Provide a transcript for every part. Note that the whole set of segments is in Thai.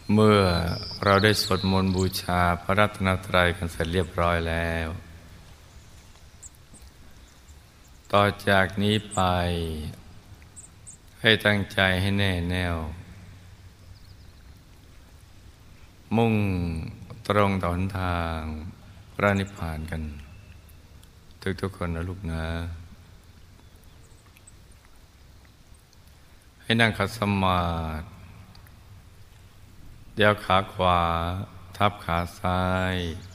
เมื่อเราได้สวดมนต์บูชาพระรัตนตรัยกันเสร็จเรียบร้อยแล้วต่อจากนี้ไปให้ตั้งใจให้แน่แน่วมุ่งตรงต่อหนทางพระนิพพานกันทุกๆคนนะลูกนะให้นั่งขัดสมาธิเดี๋ยวขาขวาทับขาซ้าย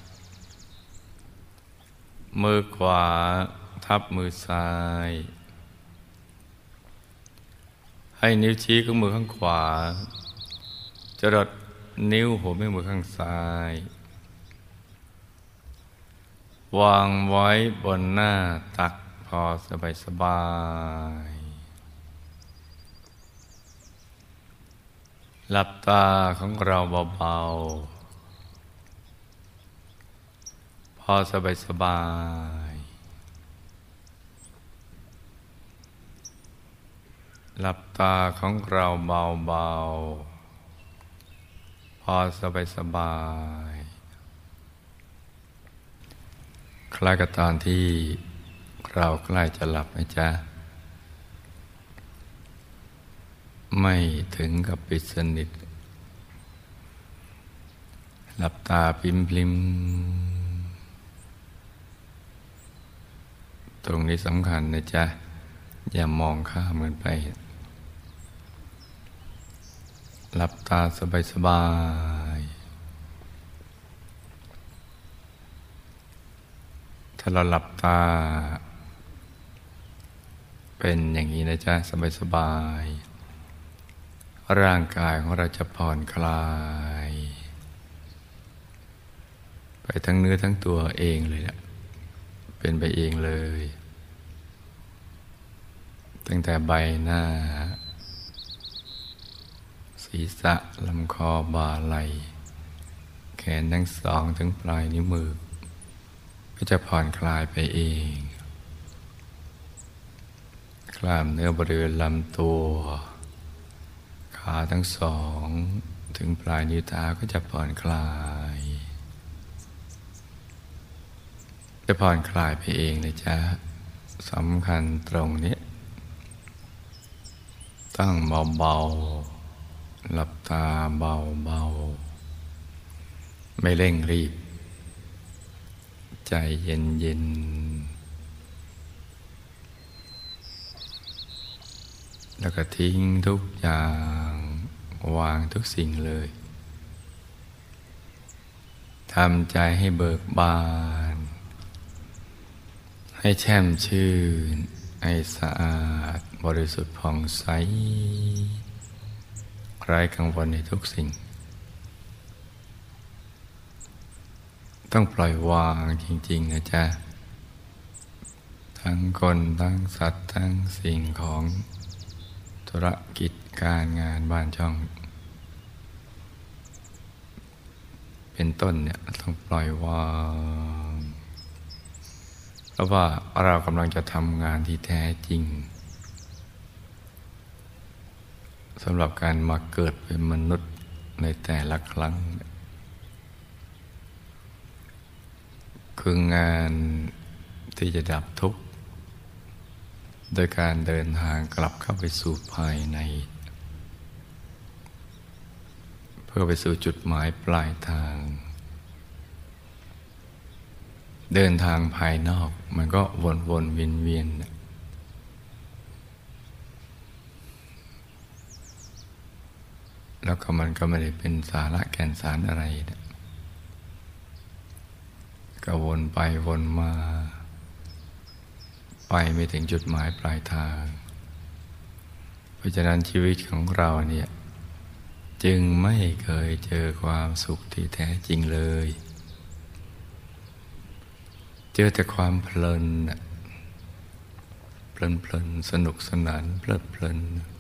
มือขวาทับมือซ้ายให้นิ้วชี้ของมือข้างขวาจรดนิ้วหัวแม่มือข้างซ้ายวางไว้บนหน้าตักพอสบายหลับตาของเราเบาๆพอสบายหลับตาของเราเบาๆพอสบายคล้ายกับตอนที่เราใกล้จะหลับนะจ๊ะไม่ถึงกับปิดสนิทหลับตาพริมตรงนี้สำคัญนะจ๊ะอย่ามองข้ามมันไปหลับตาสบายถ้าเราหลับตาเป็นอย่างนี้นะจ๊ะสบายร่างกายของเราจะผ่อนคลายไปทั้งเนื้อทั้งตัวเองเลยนะเป็นไปเองเลยตั้งแต่ใบหน้าศีรษะลำคอบ่าไหล่แขนทั้งสองถึงปลายนิ้วมือก็จะผ่อนคลายไปเองกล้ามเนื้อบริเวณลำตัวขาทั้งสองถึงปลายนิ้วเท้าก็จะผ่อนคลายจะผ่อนคลายไปเองเลยจ้ะสำคัญตรงนี้ตั้งเบาๆหลับตาเบาๆไม่เร่งรีบใจเย็นๆแล้วก็ทิ้งทุกอย่างวางทุกสิ่งเลยทำใจให้เบิกบานให้แช่มชื่นให้สะอาดบริสุทธิ์ผ่องใสไร้กังวลในทุกสิ่งต้องปล่อยวางจริงๆนะจ๊ะทั้งคนทั้งสัตว์ทั้งสิ่งของธุรกิจการงานบ้านช่องเป็นต้นเนี่ยต้องปล่อยวางเพราะว่าเรากำลังจะทำงานที่แท้จริงสำหรับการมาเกิดเป็นมนุษย์ในแต่ละครั้งคืองานที่จะดับทุกข์โดยการเดินทางกลับเข้าไปสู่ภายในเพื่อไปสู่จุดหมายปลายทางเดินทางภายนอกมันก็วนๆเวียนแล้วก็มันก็ไม่ได้เป็นสาระแก่นสารอะไรก็วนไปวนมาไปไม่ถึงจุดหมายปลายทางเพราะฉะนั้นชีวิตของเราเนี่ยจึงไม่เคยเจอความสุขที่แท้จริงเลยเจอแต่ความเพลินสนุกสนานเพลิดเพลิน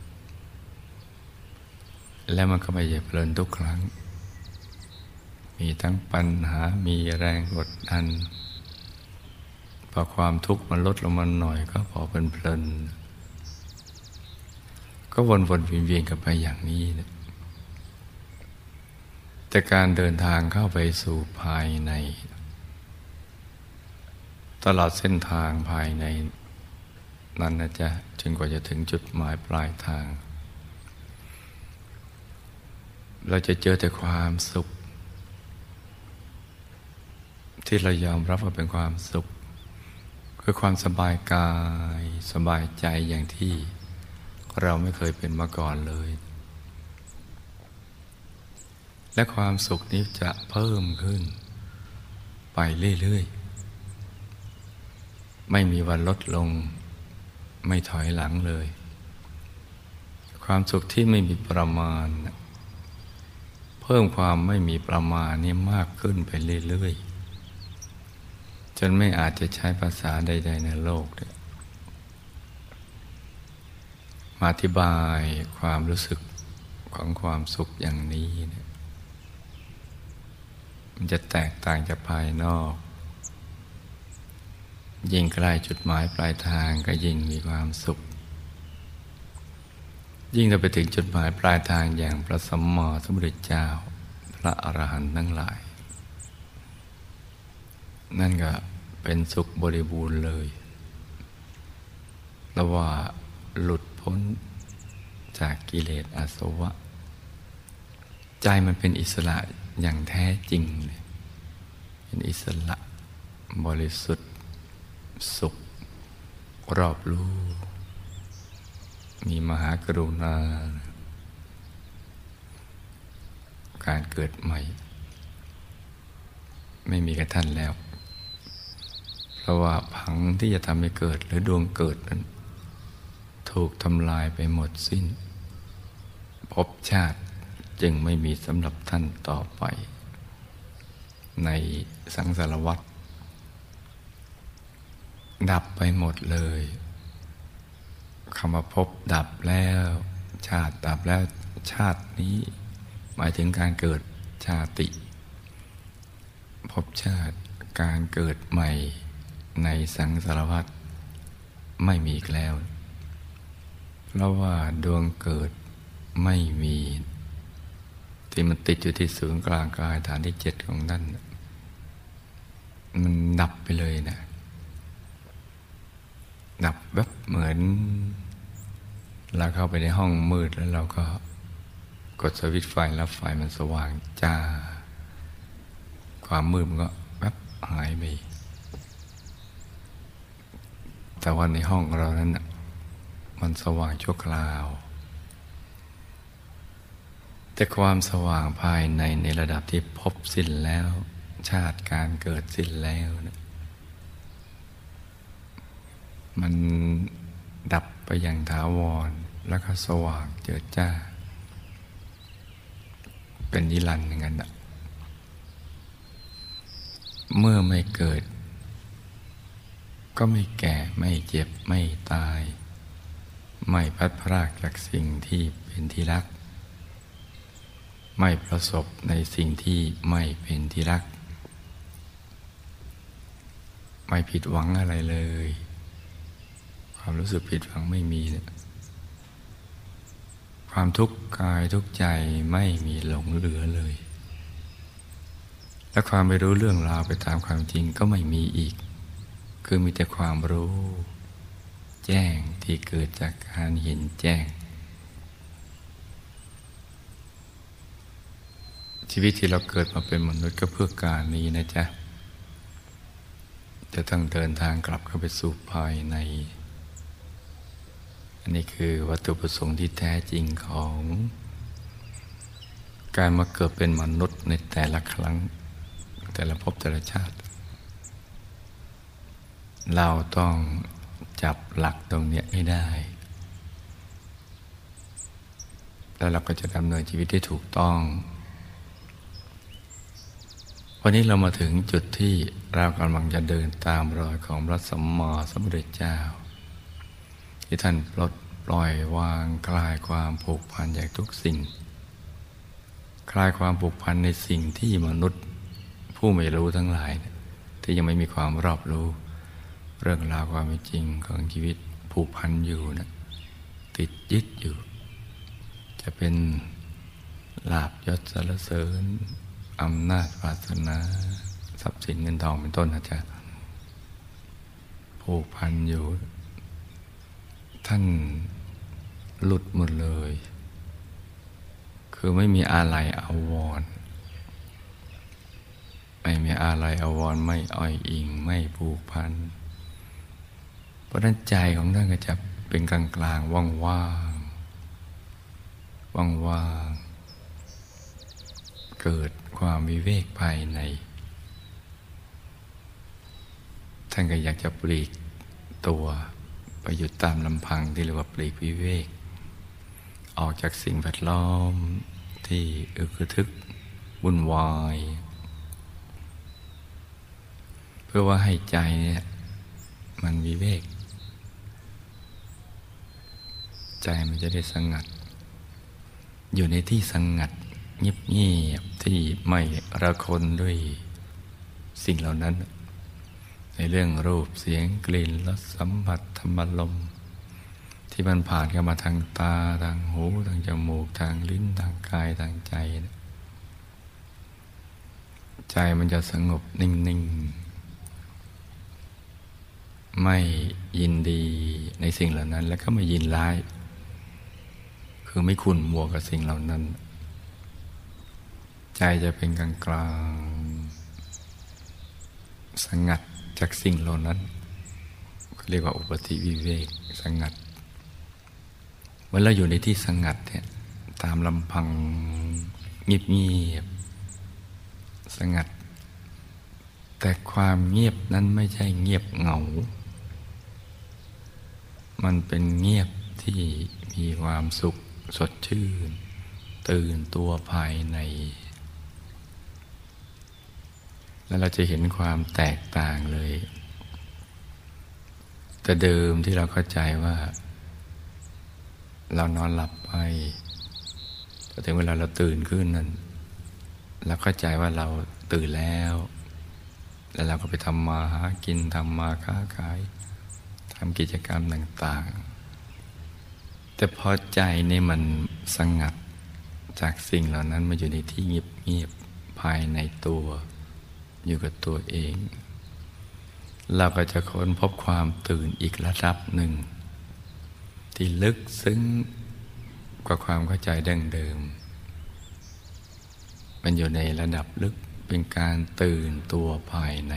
และมันก็ไม่ใช่เพลินทุกครั้งมีทั้งปัญหามีแรงกดดันพอความทุกข์มันลดลงมาหน่อยก็พอเป็นเพลินก็วนๆเวียนๆกันไปอย่างนี้นะแต่การเดินทางเข้าไปสู่ภายในตลอดเส้นทางภายในนั้นนะจ๊ะจนกว่าจะถึงจุดหมายปลายทางเราจะเจอแต่ความสุขที่เรายอมรับว่าเป็นความสุขคือความสบายกายสบายใจอย่างที่เราไม่เคยเป็นมาก่อนเลยและความสุขนี้จะเพิ่มขึ้นไปเรื่อยๆไม่มีวันลดลงไม่ถอยหลังเลยความสุขที่ไม่มีประมาณเพิ่มความไม่มีประมาณนี้มากขึ้นไปเรื่อยๆจนไม่อาจจะใช้ภาษาใดๆในโลกมาอธิบายความรู้สึกของความสุขอย่างนี้เนี่ยมันจะแตกต่างจากภายนอกยิ่งใกล้จุดหมายปลายทางก็ยิ่งมีความสุขยิ่งเราไปถึงจุดหมายปลายทางอย่างพระสัมมาสัมพุทธเจ้าพระอรหันต์ทั้งหลายนั่นก็เป็นสุขบริบูรณ์เลยแล้วว่าหลุดพ้นจากกิเลสอาสวะใจมันเป็นอิสระอย่างแท้จริงเลยเป็นอิสระบริสุทธิ์สุขรอบรู้มีมหากรุณาการเกิดใหม่ไม่มีกับท่านแล้วเพราะว่าผังที่จะทำให้เกิดหรือดวงเกิดนั้นถูกทำลายไปหมดสิ้นภพชาติจึงไม่มีสำหรับท่านต่อไปในสังสารวัฏดับไปหมดเลยคำว่าภพดับแล้วชาติดับแล้วชาตินี้หมายถึงการเกิดชาติภพชาติการเกิดใหม่ในสังสารวัฏไม่มีอีกแล้วเพราะว่าดวงเกิดไม่มีที่มันติดอยู่ที่ศูนย์กลางกายฐานที่ 7ของท่านมันดับไปเลยนะดับแบบเหมือนเราเข้าไปในห้องมืดแล้วเราก็กดสวิตช์ไฟแล้วไฟมันสว่างจ้าความมืดมันก็แบบหายไปแต่ว่าในห้องเรานั้นมันสว่างชั่วคราวแต่ความสว่างภายในระดับที่พบสิ้นแล้วชาติการเกิดสิ้นแล้วนะมันดับไปอย่างถาวรแล้วก็สว่างเจิดจ้าเป็นนิรันดร์อย่างนั้นเมื่อไม่เกิดก็ไม่แก่ไม่เจ็บไม่ตายไม่พลัดพรากจากสิ่งที่เป็นที่รักไม่ประสบในสิ่งที่ไม่เป็นที่รักไม่ผิดหวังอะไรเลยความรู้สึกผิดหวังไม่มีเนี่ยความทุกข์กายทุกข์ใจไม่มีหลงเหลือเลยและความไม่รู้เรื่องราวไปตามความจริงก็ไม่มีอีกคือมีแต่ความรู้แจ้งที่เกิดจากการเห็นแจ้งชีวิตที่เราเกิดมาเป็นมนุษย์ก็เพื่อการนี้นะจ๊ะจะต้องเดินทางกลับเข้าไปสู่ภายในอันนี้คือวัตถุประสงค์ที่แท้จริงของการมาเกิดเป็นมนุษย์ในแต่ละครั้งแต่ละภพแต่ละชาติเราต้องจับหลักตรงนี้ให้ได้แล้วเราก็จะดำเนินชีวิตที่ถูกต้องวันนี้เรามาถึงจุดที่เรากำลังจะเดินตามรอยของพระสัมมาสัมพุทธเจ้าที่ท่านปลดปล่อยวางคลายความผูกพันจากทุกสิ่งคลายความผูกพันในสิ่งที่มนุษย์ผู้ไม่รู้ทั้งหลายที่ยังไม่มีความรอบรู้เรื่องราวความเป็นจริงของชีวิตผูกพันอยู่นะติดยึดอยู่จะเป็นลาภยศสรรเสริญอำนาจวาสนาทรัพย์สินเงินทองเป็นต้นนะจ๊ะผูกพันอยู่ท่านหลุดหมดเลยคือไม่มีอาลัยอาวรณ์ไม่มีอาลัยอาวรณ์ไม่อ้อยอิงไม่ผูกพันเพราะนั้นใจของท่านก็จะเป็นกลางกลางว่างว่างว่างๆเกิดความวิเวกภายในท่านก็อยากจะปลีกตัวไปอยู่ตามลำพังที่เรียกว่าปลีกวิเวกออกจากสิ่งแวดล้อมที่อึกทึกวุ่นวายเพื่อว่าให้ใจเนี่ยมันวิเวกใจมันจะได้สงัดอยู่ในที่สงัดเงียบๆที่ไม่ระคนด้วยสิ่งเหล่านั้นในเรื่องรูปเสียงกลิ่นรสสัมผัสธรรมลมที่มันผ่านเข้ามาทางตาทางหูทางจมูกทางลิ้นทางกายทางใจใจมันจะสงบนิ่งๆไม่ยินดีในสิ่งเหล่านั้นแล้วก็ไม่ยินร้ายคือไม่ขุ่นมัวกับสิ่งเหล่านั้นใจจะเป็นกลางกลางสงัดจากสิ่งเหล่านั้นเขาเรียกว่าอุปธิวิเวกสงัดเมื่อเราอยู่ในที่สงัดเนี่ยตามลำพังเงียบๆสงัดแต่ความเงียบนั้นไม่ใช่เงียบเหงามันเป็นเงียบที่มีความสุขสดชื่นตื่นตัวภายในแล้วเราจะเห็นความแตกต่างเลยแต่เดิมที่เราเข้าใจว่าเรานอนหลับไปแต่ถึงเวลาเราตื่นขึ้นนั้นเราเข้าใจว่าเราตื่นแล้วแล้วเราก็ไปทำมาหากินทำมาค้าขายทำกิจกรรมต่างๆแต่พอใจนี่มันสงัดจากสิ่งเหล่านั้นมาอยู่ในที่เงียบๆภายในตัวอยู่กับตัวเองเราก็จะค้นพบความตื่นอีกระดับหนึ่งที่ลึกซึ้งกว่าความเข้าใจดั้งเดิมมันอยู่ในระดับลึกเป็นการตื่นตัวภายใน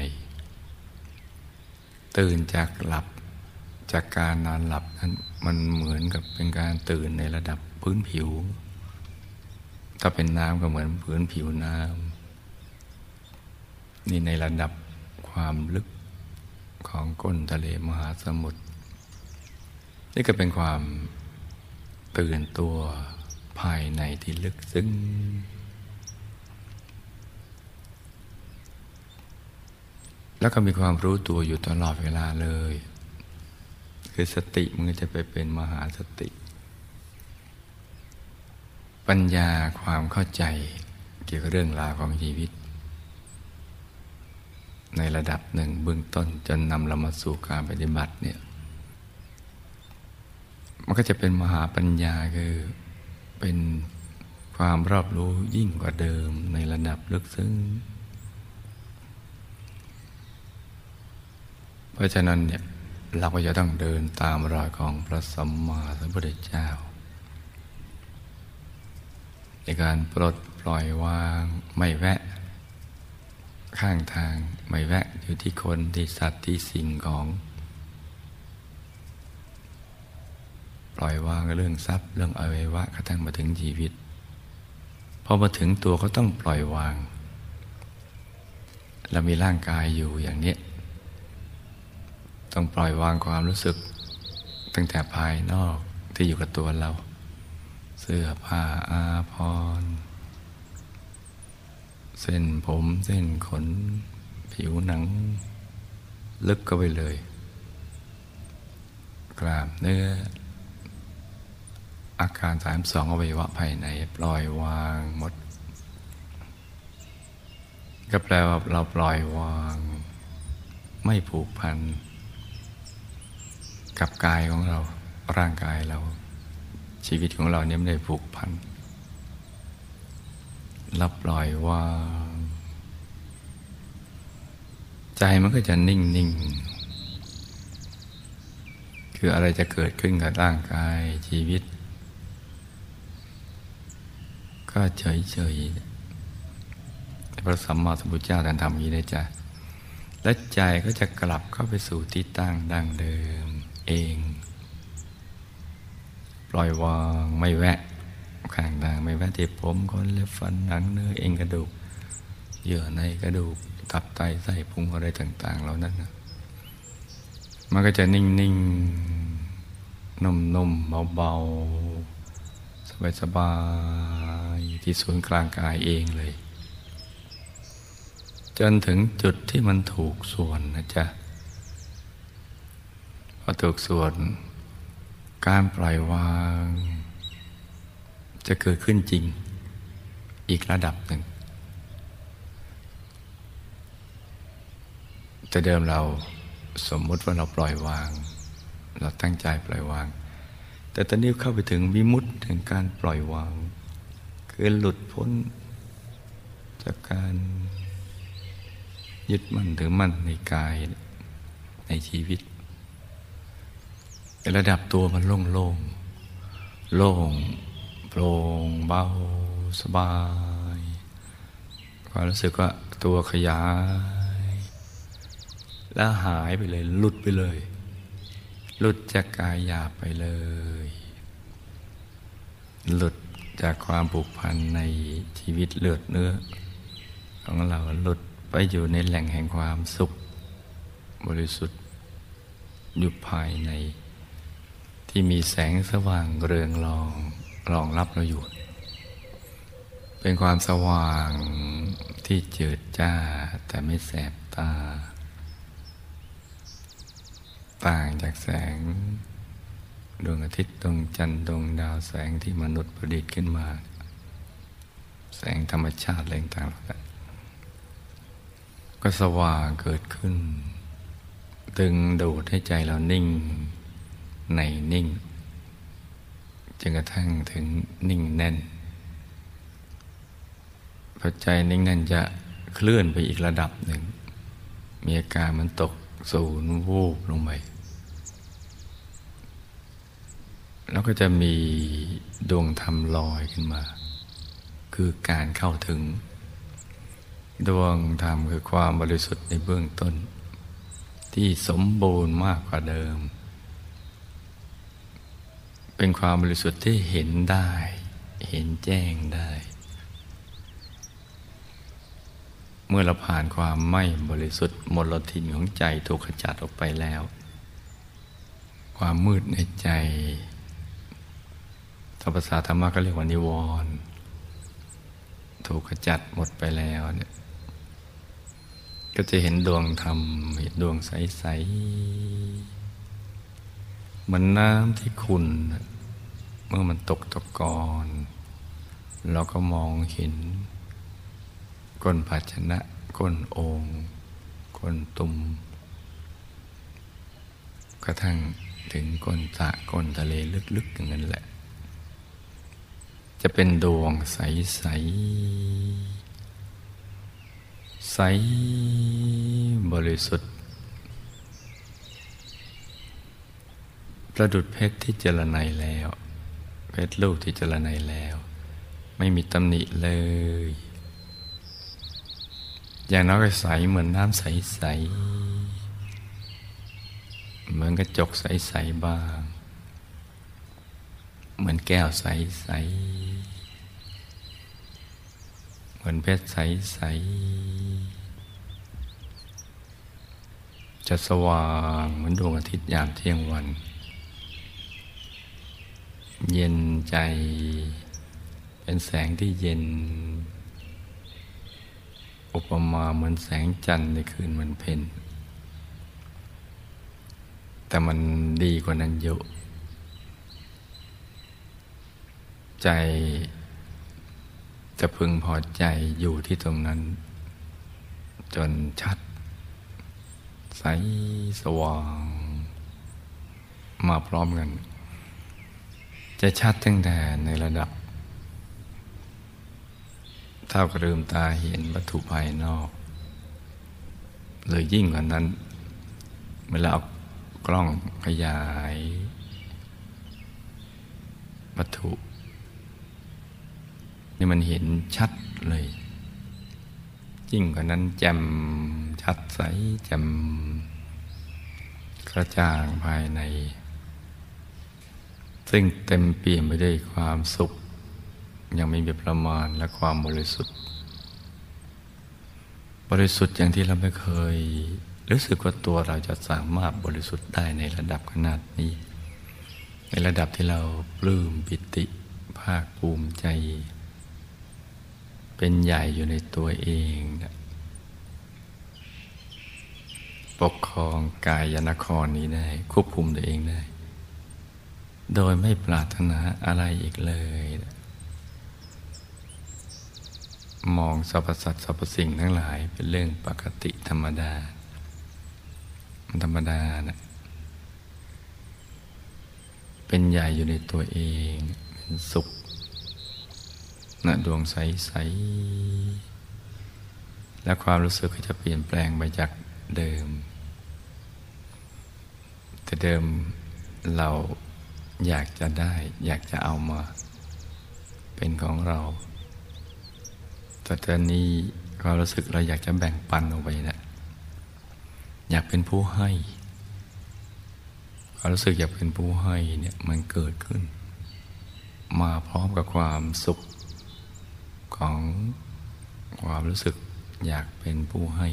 ตื่นจากหลับจากการนอนหลับนั้นมันเหมือนกับเป็นการตื่นในระดับพื้นผิวถ้าเป็นน้ำก็เหมือนพื้นผิวน้ำนี่ในระดับความลึกของก้นทะเลมหาสมุทรนี่ก็เป็นความตื่นตัวภายในที่ลึกซึ้งแล้วก็มีความรู้ตัวอยู่ตลอดเวลาเลยคือสติมันจะไปเป็นมหาสติปัญญาความเข้าใจเกี่ยวกับเรื่องราวของชีวิตในระดับหนึ่งเบื้องต้นจนนำเรามาสู่การปฏิบัติเนี่ยมันก็จะเป็นมหาปัญญาคือเป็นความรอบรู้ยิ่งกว่าเดิมในระดับลึกซึ้งเพราะฉะนั้นเนี่ยเราก็จะต้องเดินตามรอยของพระสัมมาสัมพุทธเจ้าในการปลดปล่อยวางไม่แวะข้างทางไม่แวะอยู่ที่คนที่สัตว์ที่สิ่งของปล่อยวางเรื่องทรัพย์เรื่องอวัยวะกระทั่งมาถึงชีวิตพอมาถึงตัวก็ต้องปล่อยวางเรามีร่างกายอยู่อย่างนี้ต้องปล่อยวางความรู้สึกตั้งแต่ภายนอกที่อยู่กับตัวเราเสื้อผ้าอาภรณ์เส้นผมเส้นขนผิวหนังลึกเข้าไปเลยกล้ามเนื้ออาการ32อวัยวะภายในปล่อยวางหมดก็แปลว่าเราปล่อยวางไม่ผูกพันกับกายของเราร่างกายเราชีวิตของเราเนี่ยไม่ได้ผูกพันแล้วปล่อยวางใจมันก็จะนิ่งๆคืออะไรจะเกิดขึ้นกับร่างกายชีวิตก็เฉยๆพระสัมมาสัมพุทธเจ้าท่านทำอย่างนี้ได้จ้ะและใจก็จะกลับเข้าไปสู่ที่ตั้งดั้งเดิมเองปล่อยวางไม่แวะข้างทางไม่แวะที่ผมขนเล็บฟันหนังเนื้อเอ็นกระดูกเยื่อในกระดูกตับไตไส้พุงอะไรต่างๆเหล่านั้นนะมันก็จะนิ่งๆนุ่มๆเบาๆสบายๆที่ศูนย์กลางกายเองเลยจนถึงจุดที่มันถูกส่วนนะจ๊ะพอถูกส่วนการปล่อยวางจะเกิดขึ้นจริงอีกระดับหนึ่งแต่เดิมเราสมมุติว่าเราปล่อยวางเราตั้งใจปล่อยวางแต่ตอนนี้เข้าไปถึงวิมุตติแห่งการปล่อยวางคือหลุดพ้นจากการยึดมั่นถือมั่นในกายในชีวิตระดับตัวมันโล่งโล่งโล่งโปร่งเบาสบายความรู้สึกว่าตัวขยายแล้วหายไปเลยหลุดไปเลยหลุดจากกายหยาบไปเลยหลุดจากความผูกพันในชีวิตเลือดเนื้อของเราหลุดไปอยู่ในแหล่งแห่งความสุขบริสุทธิ์อยู่ภายในที่มีแสงสว่างเรืองรองรับเราอยู่เป็นความสว่างที่เจิดจ้าแต่ไม่แสบตาต่างจากแสงดวงอาทิตย์ดวงจันทร์ดวงดาวแสงที่มนุษย์ประดิษฐ์ขึ้นมาแสงธรรมชาติอะไรต่างๆก็สว่างเกิดขึ้นดึงดูดให้ใจเรานิ่งในนิ่งจนกระทั่งถึงนิ่งแน่นพอใจนิ่งแน่นจะเคลื่อนไปอีกระดับหนึ่งมีอาการมันตกศูนย์วูบลงไปแล้วก็จะมีดวงธรรมลอยขึ้นมาคือการเข้าถึงดวงธรรมคือความบริสุทธิ์ในเบื้องต้นที่สมบูรณ์มากกว่าเดิมเป็นความบริสุทธิ์ที่เห็นได้เห็นแจ้งได้เมื่อเราผ่านความไม่บริสุทธิ์มลทินของใจถูกขจัดออกไปแล้วความมืดในใจภาษาธรรมะก็เรียกว่านิวรณ์ถูกขจัดหมดไปแล้วเนี่ยก็จะเห็นดวงธรรมเห็นดวงใสๆเหมือนน้ำที่ขุ่นเมื่อมันตกตะกอนเราก็มองเห็นก้นภาชนะก้นโอ่งก้นตุ่มกระทั่งถึงก้นสระก้นทะเลลึกๆอย่างนั้นแหละจะเป็นดวงใสใสใสบริสุทธิ์ประดุจเพชรที่เจรไนแล้วเพชรลูกที่เจรไนแล้วไม่มีตำหนิเลยอย่างน้อยก็ใสเหมือนน้ำใสๆเหมือนกระจกใสๆบ้างเหมือนแก้วใสๆเหมือนเพชรใสๆจะสว่างเหมือนดวงอาทิตย์ยามเที่ยงวันเย็นใจเป็นแสงที่เย็นอุปมาเหมือนแสงจันทร์ในคืนวันเพ็ญแต่มันดีกว่านั้นเยอะใจจะพึงพอใจอยู่ที่ตรงนั้นจนชัดใสสว่างมาพร้อมกันจะชัดตั้งแต่ในระดับเท่ากับลืมตาเห็นวัตถุภายนอกหรือยิ่งกว่านั้นเวลาเอากล้องขยายวัตถุนี่มันเห็นชัดเลยยิ่งกว่านั้นแจ่มชัดใสแจ่มกระจ่างภายในซึ่งเต็มเปี่ยมไปด้วยความสุขยังไม่มีประมาณและความบริสุทธิ์อย่างที่เราไม่เคยรู้สึกว่าตัวเราจะสามารถบริสุทธิ์ได้ในระดับขนาดนี้ในระดับที่เราปลื้มปิติภาคภูมิใจเป็นใหญ่อยู่ในตัวเองปกครองกายนครนี้ได้ควบคุมตัวเองได้โดยไม่ปรารถนาอะไรอีกเลยมองสรรพสัตว์สรรพสิ่งทั้งหลายเป็นเรื่องปกติธรรมดามันธรรมดานะเป็นใหญ่อยู่ในตัวเองเป็นสุขนะดวงใสๆและความรู้สึกก็จะเปลี่ยนแปลงไปจากเดิมแต่เดิมเราอยากจะได้อยากจะเอามาเป็นของเราแต่ตอนนี้ความรู้สึกเราอยากจะแบ่งปันออกไปนะอยากเป็นผู้ให้ความรู้สึกอยากเป็นผู้ให้เนี่ยมันเกิดขึ้นมาพร้อมกับความสุขของความรู้สึกอยากเป็นผู้ให้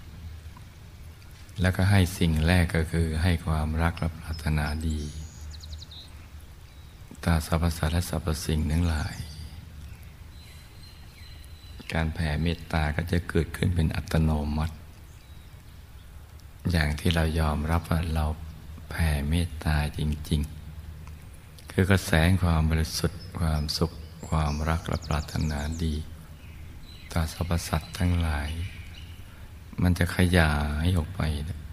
แล้วก็ให้สิ่งแรกก็คือให้ความรักและปรารถนาดีต่อสรรพสัตว์และสรรพสิ่งทั้งหลายการแผ่เมตตาก็จะเกิดขึ้นเป็นอัตโนมัติอย่างที่เรายอมรับว่าเราแผ่เมตตาจริงๆคือกระแสความบริสุทธิ์ความสุขความรักและปรารถนาดีต่อสรรพสัตว์ทั้งหลายมันจะขยายออกไป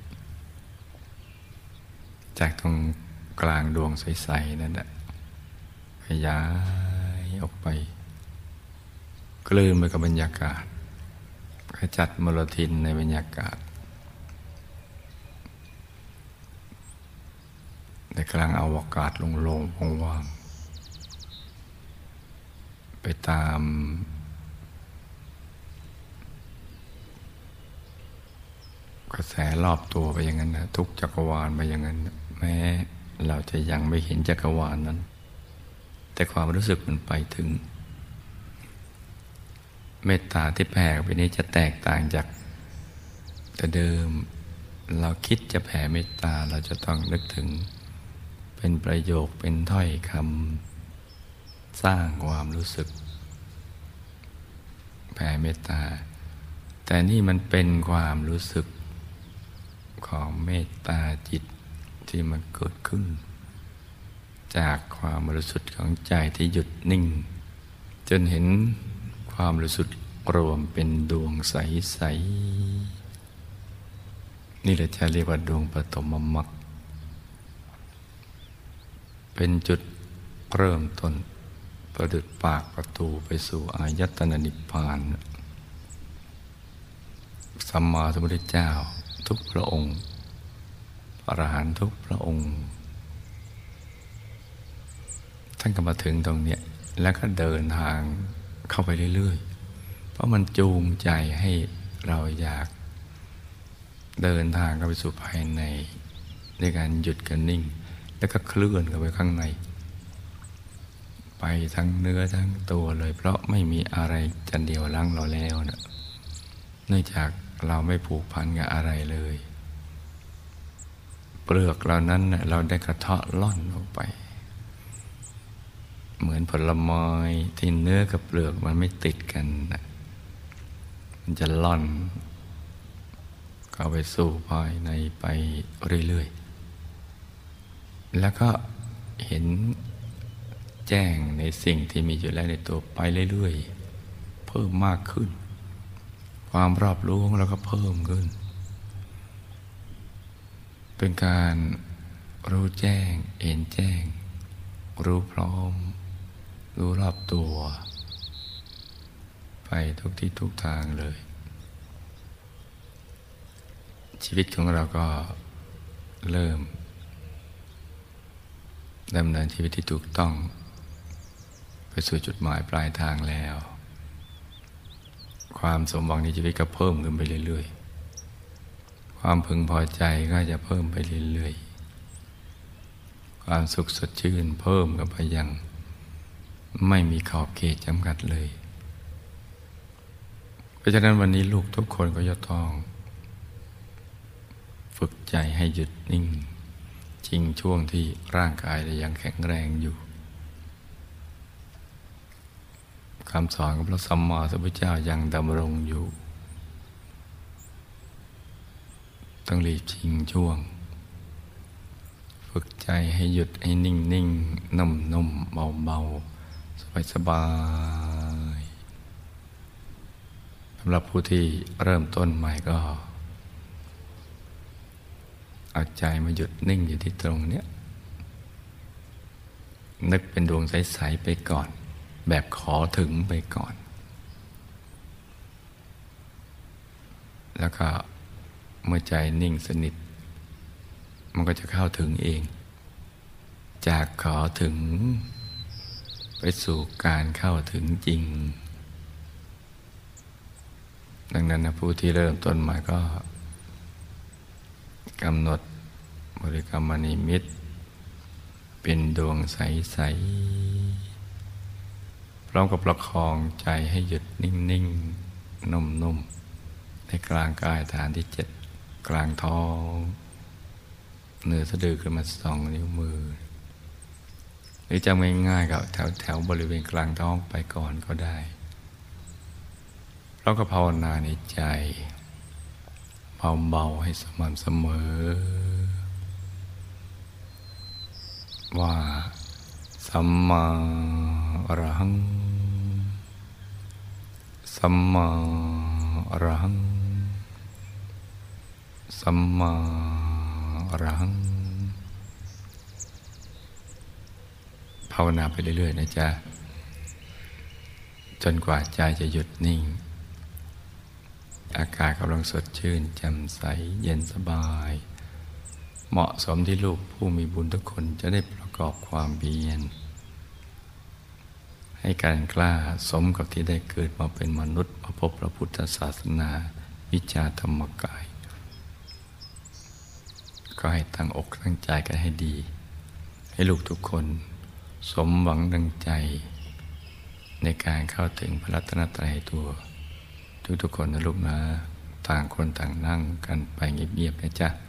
จากตรงกลางดวงใสๆนั่นแหละขยายออกไปกลืนไปกับบรรยากาศขจัดมลทินในบรรยากาศในกลางอวกาศโล่งๆว่างๆไปตามกระแสรอบตัวไปอย่างนั้นนะทุกจักรวาลไปอย่างนั้นแม้เราจะยังไม่เห็นจักรวาลนั้นแต่ความรู้สึกมันไปถึงเมตตาที่แผ่ไปนี้จะแตกต่างจากแต่เดิมเราคิดจะแผ่เมตตาเราจะต้องนึกถึงเป็นประโยคเป็นถ้อยคำสร้างความรู้สึกแผ่เมตตาแต่นี่มันเป็นความรู้สึกของเมตตาจิตที่มันเกิดขึ้นจากความบริสุทธิ์ของใจที่หยุดนิ่งจนเห็นความบริสุทธิ์รวมเป็นดวงใสๆนี่แหละจะเรียกว่าดวงปฐมมรรคเป็นจุดเริ่มต้นประดุจปากประตูไปสู่อายตนะนิพพานสัมมาสัมพุทธเจ้าทุกพระองค์อรหันต์ทุกพระองค์ท่านก็มาถึงตรงเนี้ยแล้วก็เดินทางเข้าไปเรื่อยๆเพราะมันจูงใจให้เราอยากเดินทางเข้าไปสู่ภายในในการหยุดกันนิ่งแล้วก็เคลื่อนเข้าไปข้างในไปทั้งเนื้อทั้งตัวเลยเพราะไม่มีอะไรจะเดี่ยวรั้งเราแล้วนะเนื่องจากเราไม่ผูกพันกับอะไรเลยเปลือกเหล่านั้นเราได้กระเทาะล่อนออกไปเหมือนผลไม้ที่เนื้อกับเปลือกมันไม่ติดกันนะมันจะล่อนเข้าไปสู่ภายในไปเรื่อยๆแล้วก็เห็นแจ้งในสิ่งที่มีอยู่แล้วในตัวไปเรื่อยๆเพิ่มมากขึ้นความรอบรู้ของเราก็เพิ่มขึ้นเป็นการรู้แจ้งเห็นแจ้งรู้พร้อมรู้รอบตัวไปไปทุกที่ทุกทางเลย ชีวิตของเราก็เริ่มดำเนินชีวิตที่ถูกต้องไปสู่จุดหมายปลายทางแล้ว ความสมหวังในชีวิตก็เพิ่มขึ้นไปเรื่อยๆความพึงพอใจก็จะเพิ่มไปเรื่อยๆความสุขสดชื่นเพิ่มกันไปอย่างไม่มีขอบเขตจำกัดเลยเพราะฉะนั้นวันนี้ลูกทุกคนก็จะต้องฝึกใจให้หยุดนิ่งจริงช่วงที่ร่างกายยังแข็งแรงอยู่คำสอนของพระสัมมาสัมพุทธเจ้ายังดำรงอยู่ต้องรีบจริงช่วงฝึกใจให้หยุดให้นิ่งนิ่งนุ่มนุ่มเบาเบาสบายสบายสำหรับผู้ที่เริ่มต้นใหม่ก็เอาใจมาหยุดนิ่งอยู่ที่ตรงเนี้ยนึกเป็นดวงใสๆไปก่อนแบบขอถึงไปก่อนแล้วก็เมื่อใจนิ่งสนิทมันก็จะเข้าถึงเองจากขอถึงไปสู่การเข้าถึงจริงดังนั้นนะผู้ที่เริ่มต้นมาก็กำหนดบริกรรมนิมิตเป็นดวงใสๆพร้อมกับประคองใจให้หยุดนิ่งๆนุ่มๆในกลางกายฐานที่7กลางท้องเหนือสะดือขึ้นมา2 นิ้วมือหรือจำง่ายๆกับแถวบริเวณกลางท้องไปก่อนก็ได้เราก็ภาวนาในใจเบาๆให้สม่ำเสมอว่าสัมมาอรหังสัมมาอรหังสัมมาอรหังภาวนาไปเรื่อยๆนะจ๊ะจนกว่าใจจะหยุดนิ่งอากาศกำลังสดชื่นแจ่มใสเย็นสบายเหมาะสมที่ลูกผู้มีบุญทุกคนจะได้ประกอบความเพียรให้การกล้าสมกับที่ได้เกิดมาเป็นมนุษย์มาพบพระพุทธศาสนาวิชาธรรมกายก็ให้ตั้งอกตั้งใจกันให้ดีให้ลูกทุกคนสมหวังดังใจในการเข้าถึงพระรัตนตรัยตัวทุกๆคนนะลูกนะต่างคนต่างนั่งกันไปเงียบๆนะจ๊ะ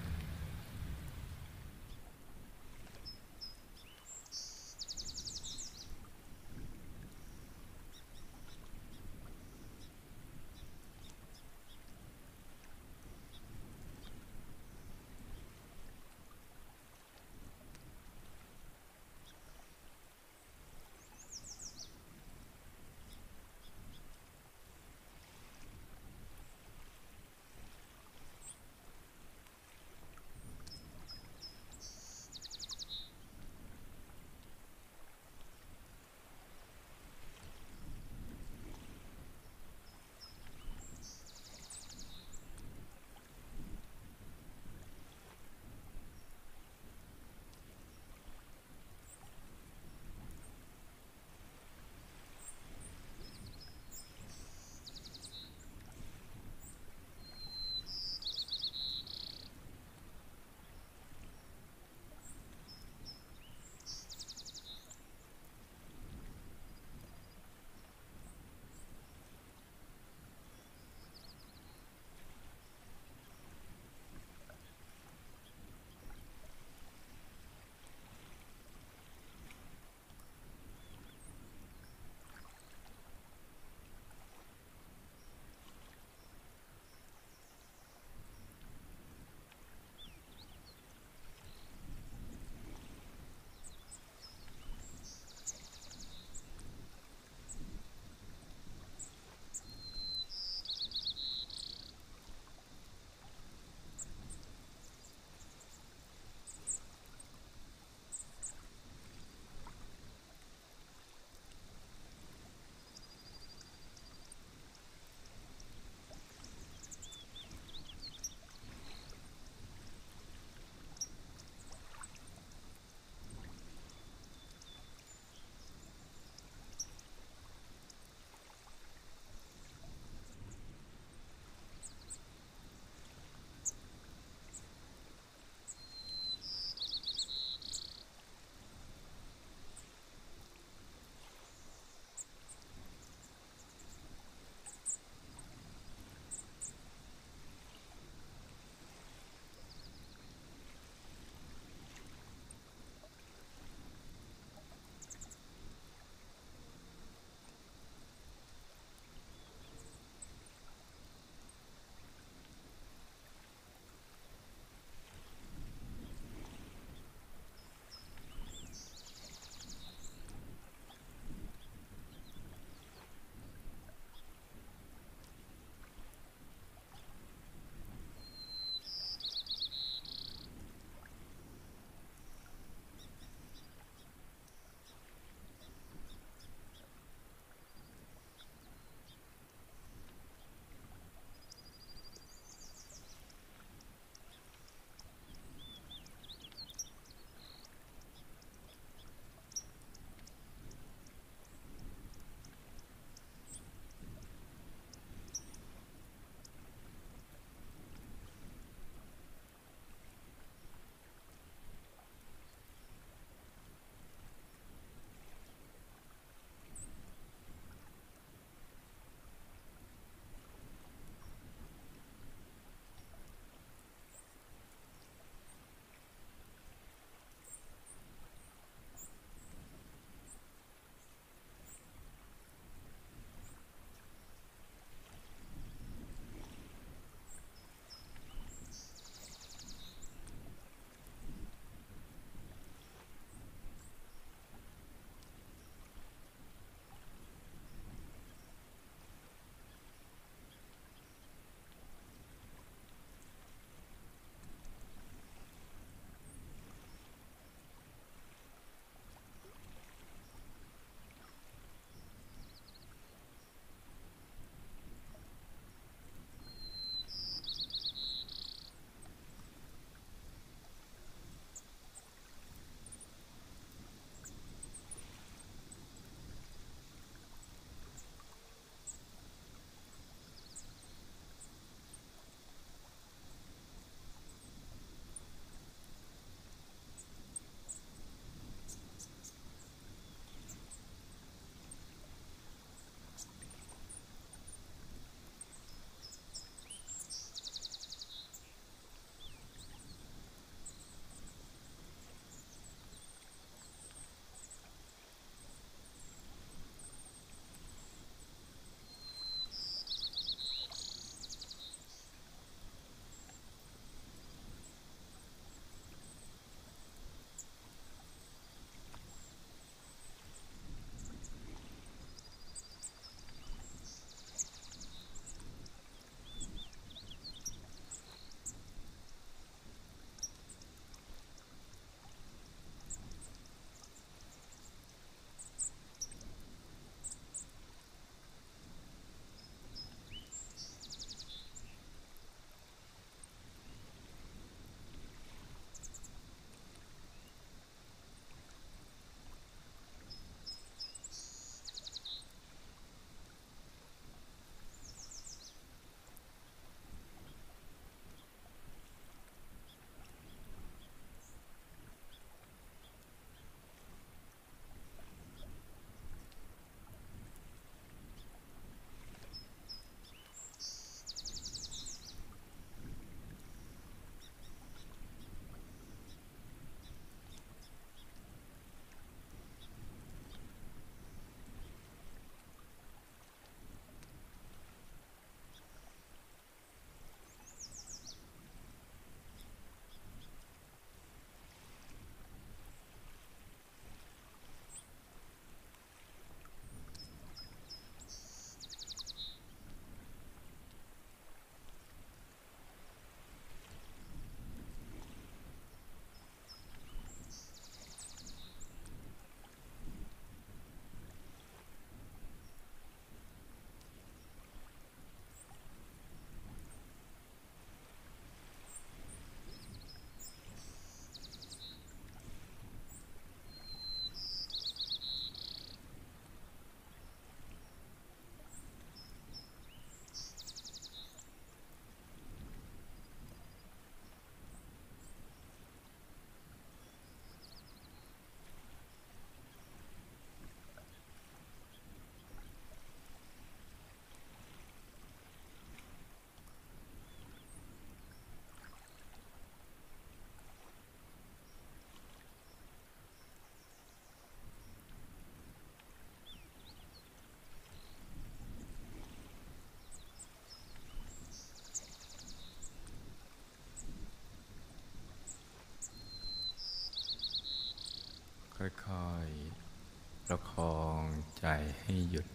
ประคองใจให้หยุด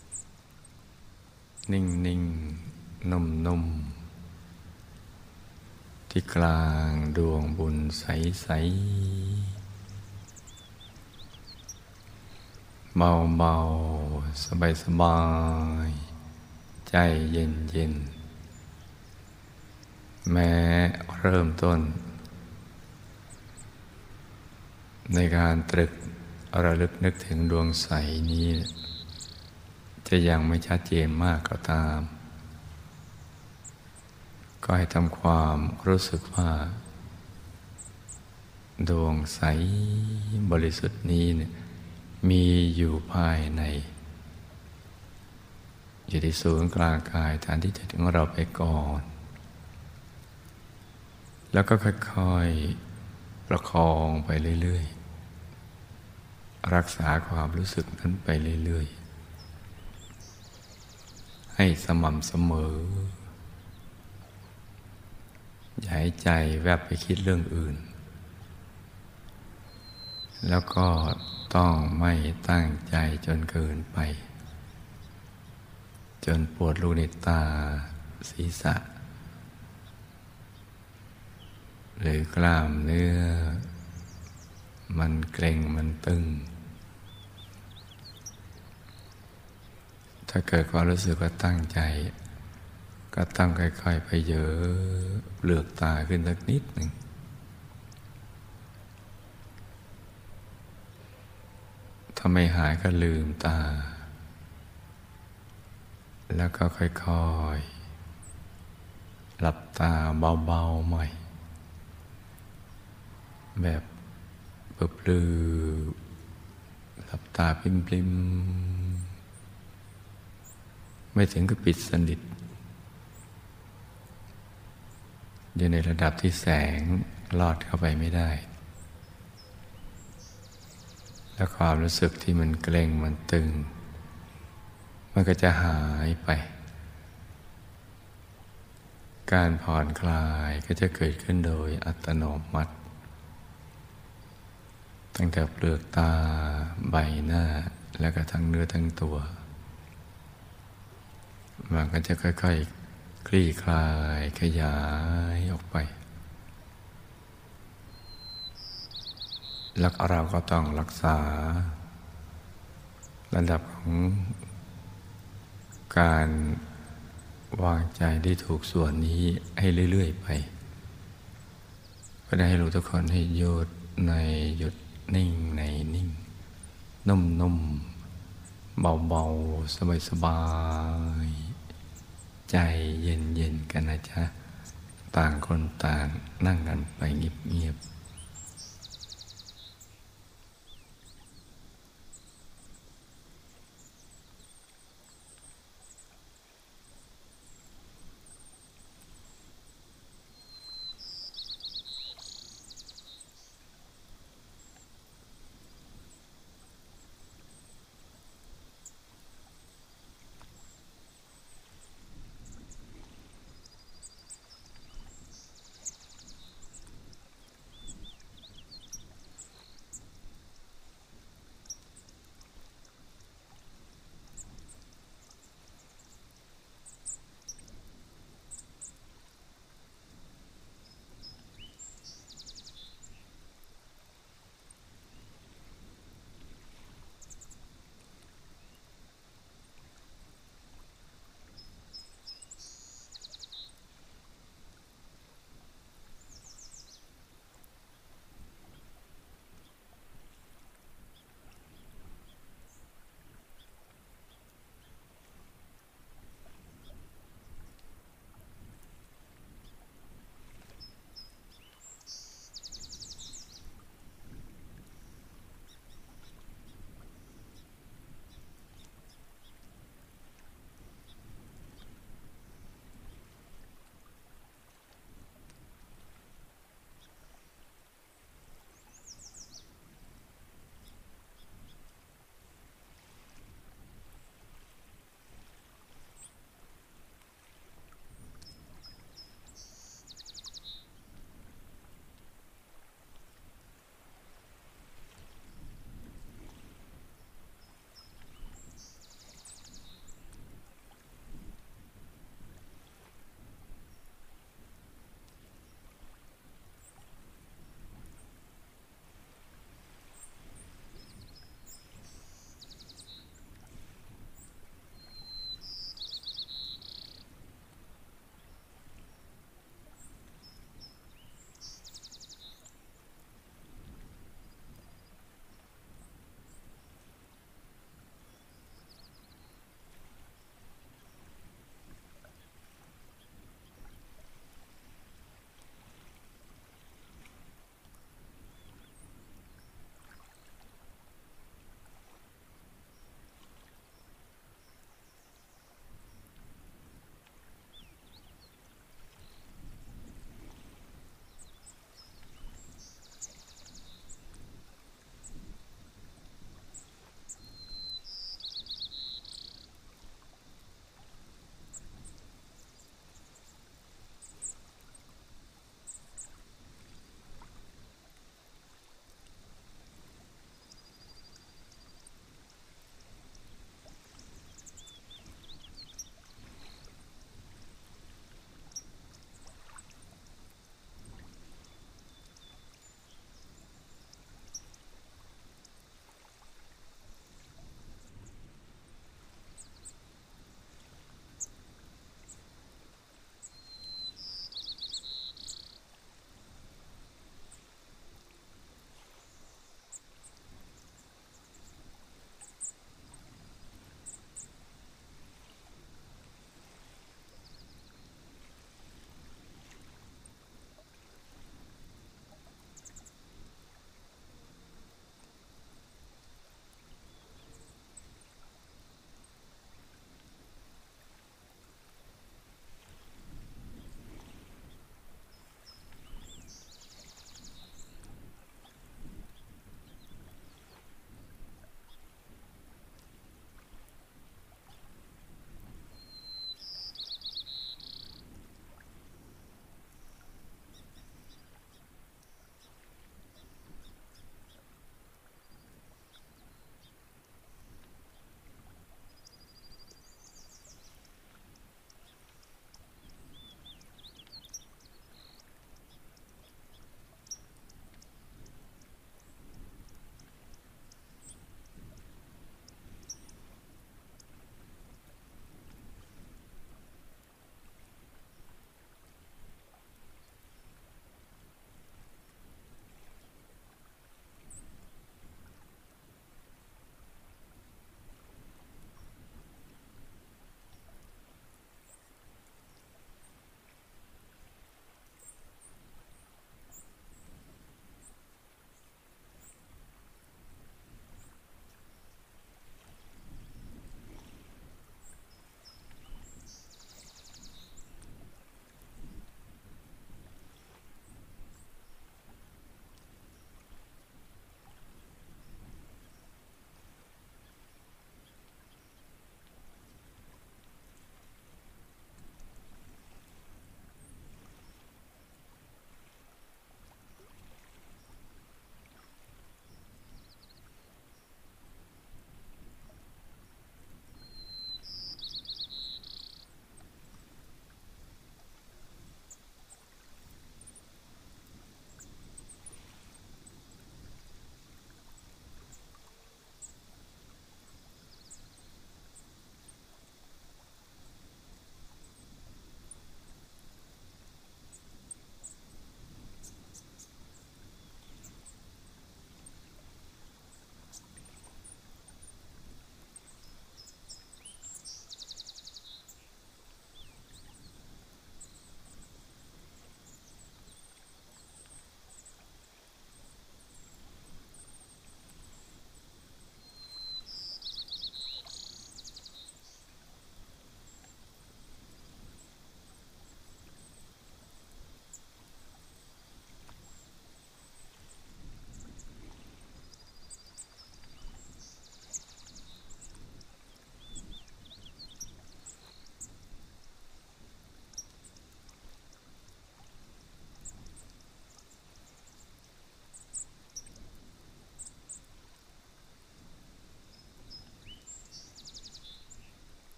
นิ่งๆนุ่มๆที่กลางดวงบุญใสๆเบาๆสบายๆใจเย็นๆแม้เริ่มต้นในการตรึกระลึกนึกถึงดวงใสนี้จะยังไม่ชัดเจนมากก็ตามก็ให้ทำความรู้สึกว่าดวงใสบริสุทธิ์นี้เนี่ยมีอยู่ภายในอยู่ที่ศูนย์กลางกายฐานที่7ของเราไปก่อนแล้วก็ค่อยๆประคองไปเรื่อยๆรักษาความรู้สึกนั้นไปเรื่อยๆให้สม่ำเสมออย่าให้ใจแวบไปคิดเรื่องอื่นแล้วก็ต้องไม่ตั้งใจจนเกินไปจนปวดลูกในตาศีรษะหรือกล้ามเนื้อมันเกร็งมันตึงถ้าเกิดความรู้สึกว่าตั้งใจก็ต้องค่อยๆไปเยอะเปลือกตาขึ้นสักนิดหนึ่งถ้าไม่หายก็ลืมตาแล้วก็ค่อยๆหลับตาเบาๆใหม่แบบปลือหลับตาปริมๆไม่ถึงกับปิดสนิทอยู่ในระดับที่แสงลอดเข้าไปไม่ได้และความรู้สึกที่มันเกร็งมันตึงมันก็จะหายไปการผ่อนคลายก็จะเกิดขึ้นโดยอัตโนมัติตั้งแต่เปลือกตาใบหน้าแล้วก็ทั้งเนื้อทั้งตัวมันก็จะค่อยๆคลี่คลายขยายออกไปแล้วเราก็ต้องรักษาระดับของการวางใจได้ถูกส่วนนี้ให้เรื่อยๆไปก็ได้ให้รู้ทุกคนให้หยุดในหยุดนิ่งในนิ่งนุ่มๆเบาๆสบายๆใจเย็นๆกันนะจ๊ะต่างคนต่างนั่งกันไปเงียบๆ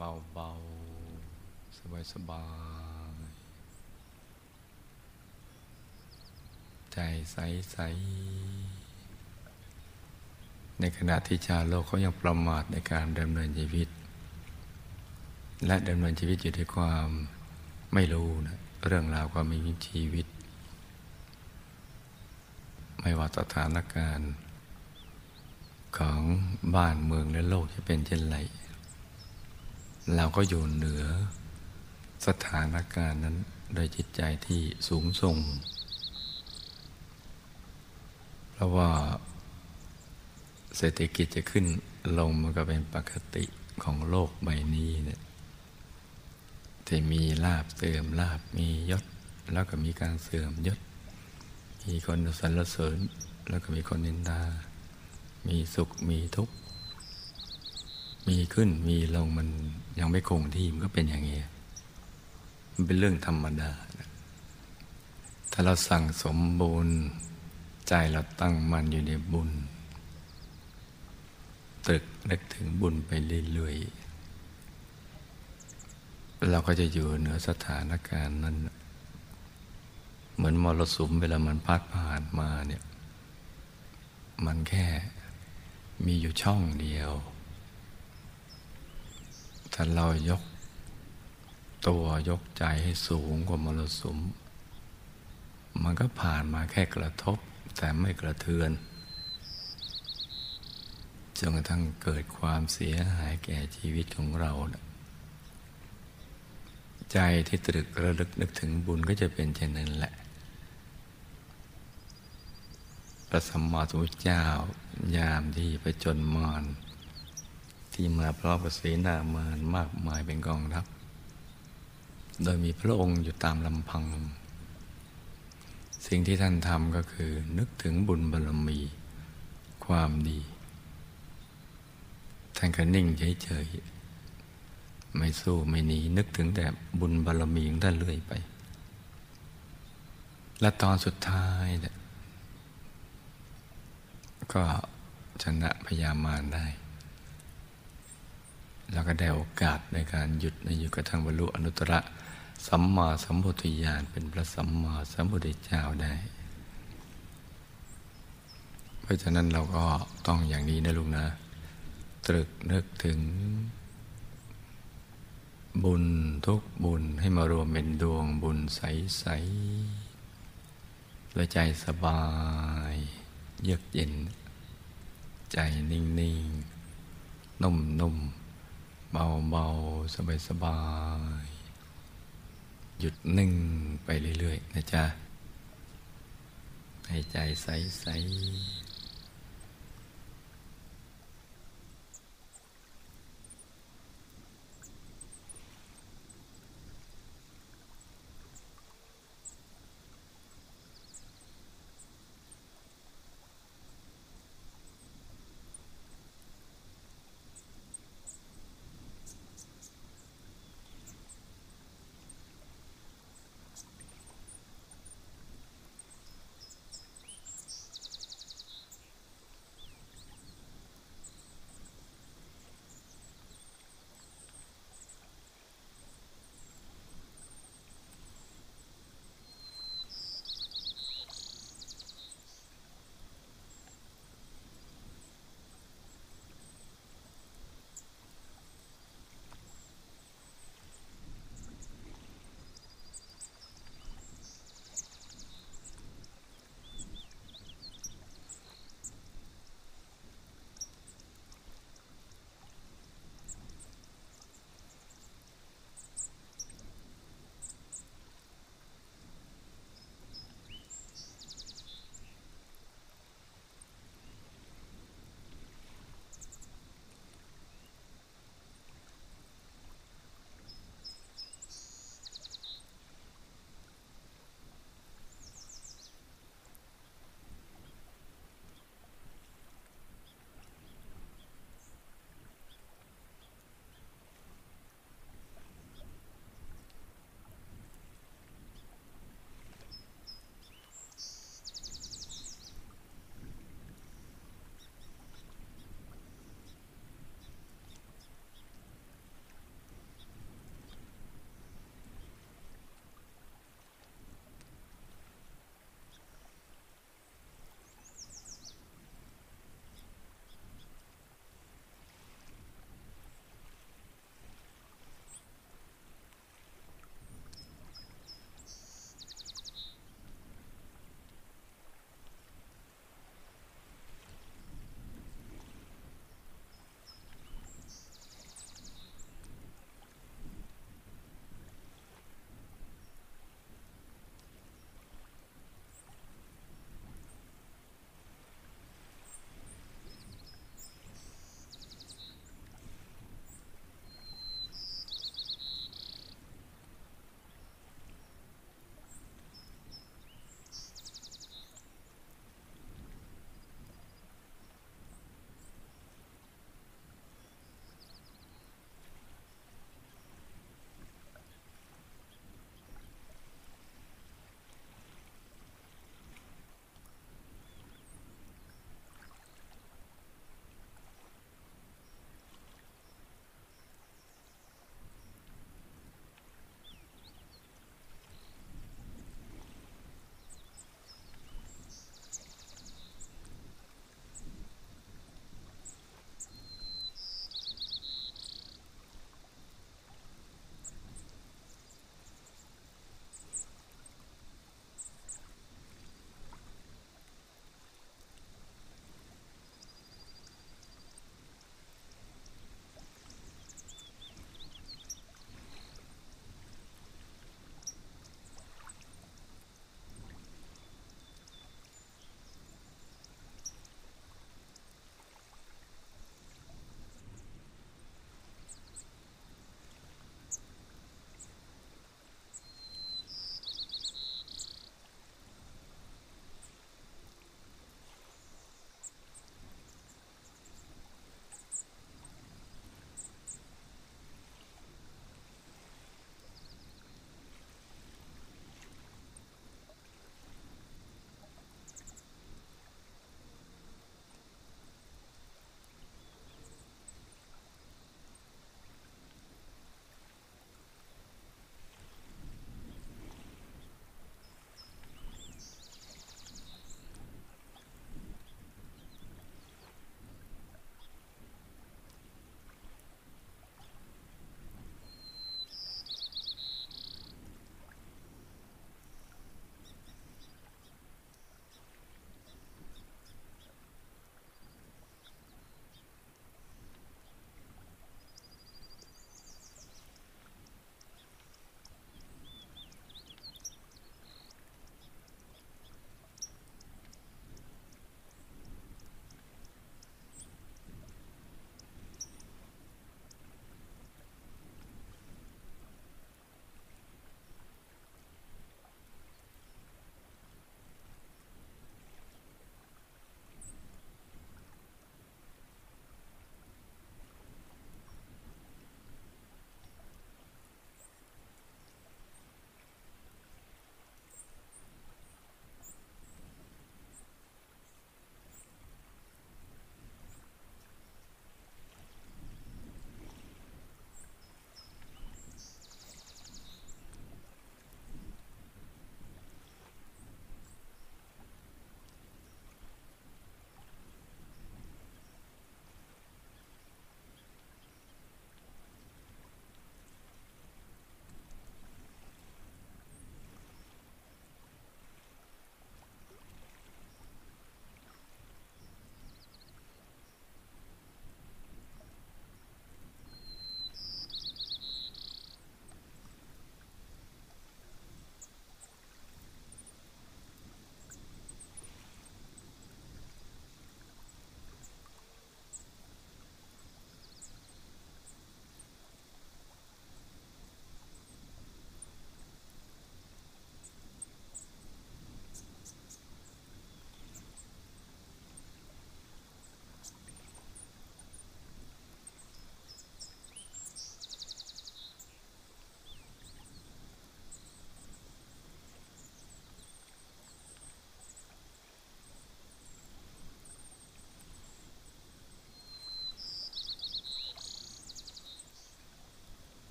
เบาๆสบายๆใจใสๆในขณะที่ชาวโลกเขายังประมาทในการดำเนินชีวิตและดำเนินชีวิตอยู่ด้วยความไม่รู้นะเรื่องราวความมีชีวิตไม่ว่าสถานการณ์ของบ้านเมืองและโลกจะเป็นเช่นไรเราก็อยู่เหนือสถานการณ์นั้นโดยจิตใจที่สูงส่งเพราะว่าเศรษฐกิจจะขึ้นลงมันก็เป็นปกติของโลกใบนี้เนี่ยที่มีลาภเสื่อมลาภมียศแล้วก็มีการเสื่อมยศมีคนสรรเสริญแล้วก็มีคนนินทามีสุขมีทุกข์มีขึ้นมีลงมันยังไม่คงที่มันก็เป็นอย่างนี้มันเป็นเรื่องธรรมดาถ้าเราสั่งสมบุญใจเราตั้งมั่นอยู่ในบุญตรึกนึกถึงบุญไปเรื่อยๆเราก็จะอยู่เหนือสถานการณ์นั้นเหมือนมรสุมเวลามันพัดผ่านมาเนี่ยมันแค่มีอยู่ช่องเดียวถ้าเรายกตัวยกใจให้สูงกว่ามรสุมมันก็ผ่านมาแค่กระทบแต่ไม่กระเทือนจนกระทั่งเกิดความเสียหายแก่ชีวิตของเราใจที่ตรึกระลึกนึกถึงบุญก็จะเป็นเช่นนั้นแหละพระสัมมาสัมพุทธเจ้ายามที่ไปจนมารที่มาพร้อมกับเสนามารมากมายเป็นกองทัพโดยมีพระองค์อยู่ตามลำพังสิ่งที่ท่านทำก็คือนึกถึงบุญบารมีความดีท่านก็นิ่งเฉยๆไม่สู้ไม่หนีนึกถึงแต่บุญบารมีของท่านเรื่อยไปและตอนสุดท้ายเนี่ยก็ชนะพญามารได้แล้วก็ได้โอกาสในการหยุดกระทั่งบรรลุอนุตตรสัมมาสัมโพธิญาณเป็นพระสัมมาสัมพุทธเจ้าได้เพราะฉะนั้นเราก็ต้องอย่างนี้นะลูกนะตรึกนึกถึงบุญทุกบุญให้มารวมเป็นดวงบุญใสๆและใจสบายเยือกเย็นใจนิ่งๆนุ่มๆเบาๆสบายๆหยุดนิ่งไปเรื่อยๆนะจ๊ะให้ใจใสๆ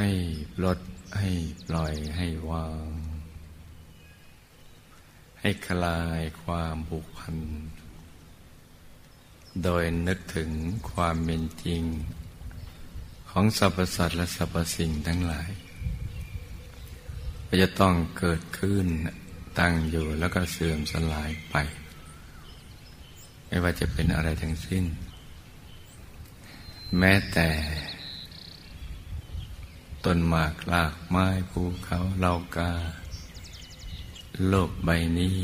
ให้ปลดให้ปล่อยให้วางให้คลายความผูกพันโดยนึกถึงความเป็นจริงของสรรพสัตว์และสรรพสิ่งทั้งหลายว่าจะต้องเกิดขึ้นตั้งอยู่แล้วก็เสื่อมสลายไปไม่ว่าจะเป็นอะไรทั้งสิ้นแม้แต่ต้นหมากรากไม้ภูเขาเหล่ากาโลกใบนี้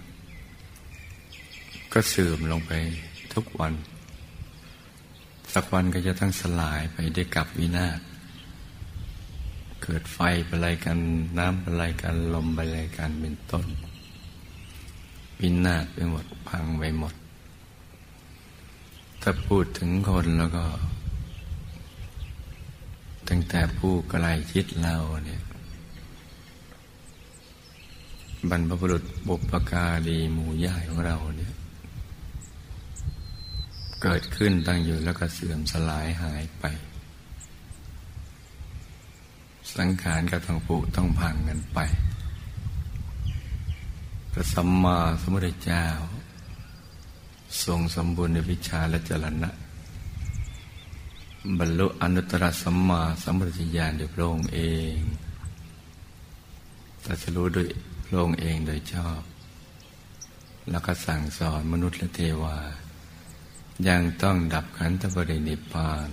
ก็เสื่อมลงไปทุกวันสักวันก็จะต้องสลายไปด้วยกับวินาศเกิดไฟเป็นอะไรกันน้ำเป็นอะไรกันลมเป็นอะไรกันเป็นต้นวินาศไปหมดพังไปหมดถ้าพูดถึงคนแล้วก็ตั้งแต่ผู้ใกล้ชิดเราเนี่ยบรรพบุรุษบุพการีหมู่ญาติของเราเนี่ยเกิดขึ้นตั้งอยู่แล้วก็เสื่อมสลายหายไปสังขารก็ต้องผุต้องพังกันไปพระสัมมาสัมพุทธเจ้าทรงสมบูรณ์ในวิชาและจรณะบรรลุอนุตตรสัมมาสัมพุทธญาณโดยพระองค์เองตรัสรู้โดยพระองค์เองโดยชอบแล้วก็สั่งสอนมนุษย์และเทวายังต้องดับขันธปรินิพพาน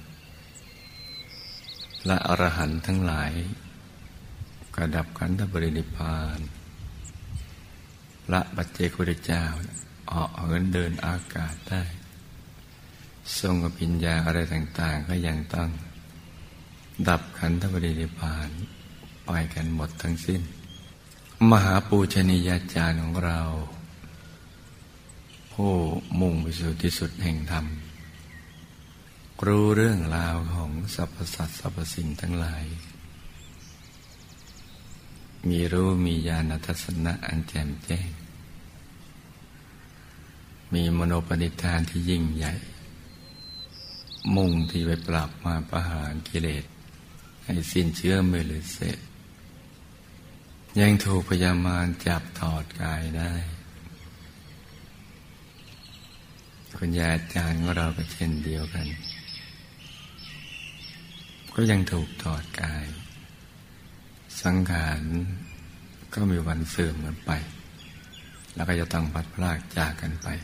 และอรหันต์ทั้งหลายก็ดับขันธปรินิพพานพระปัจเจกพุทธเจ้าออกเหินเดินอากาศได้ทรงอภิญญาอะไรต่างๆก็ยังต้องดับขันธปรินิพพานไปกันหมดทั้งสิ้นมหาปูชนียาจารย์ของเราผู้มุ่งไปสู่ที่สุดแห่งธรรมรู้เรื่องราวของสรรพสัตว์สรรพสิ่งทั้งหลายมีรู้มีญาณทัศนะอันแจ่มแจ้งมีมโนปณิธานที่ยิ่งใหญ่มุ่งที่ไปปราบมาประหารกิเลสให้สิ้นเชื้อไม่เหลือเศษยังถูกพยามารจับถอดกายได้คุณยายอาจารย์ของเราก็เช่นเดียวกันก็ยังถูกถอดกายสังขารก็มีวันเสื่อมกันไปแล้วก็จะต้องพัดพรากจากกันไป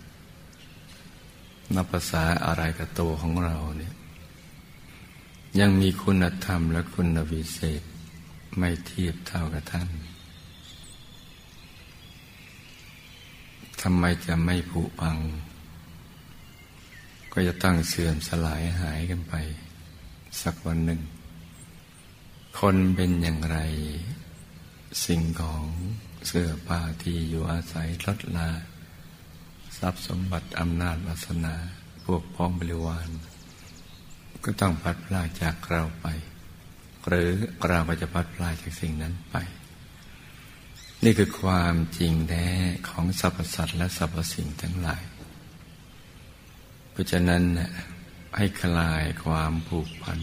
นับภาษาอะไรกับตัวของเราเนี่ยยังมีคุณธรรมและคุณวิเศษไม่เทียบเท่ากับท่านทำไมจะไม่ผุพังก็จะต้องเสื่อมสลายหายกันไปสักวันหนึ่งคนเป็นอย่างไรสิ่งของเสื้อผ้าที่อยู่อาศัยลดลาทรัพย์สมบัติอำนาจวาสนาพวกพ้องบริวารก็ต้องพัดพรากจากเราไปหรือเราก็จะพัดพรากจากสิ่งนั้นไปนี่คือความจริงแท้ของสรรพสัตว์และสรรพสิ่งทั้งหลายเพราะฉะนั้นให้คลายความผูกพัน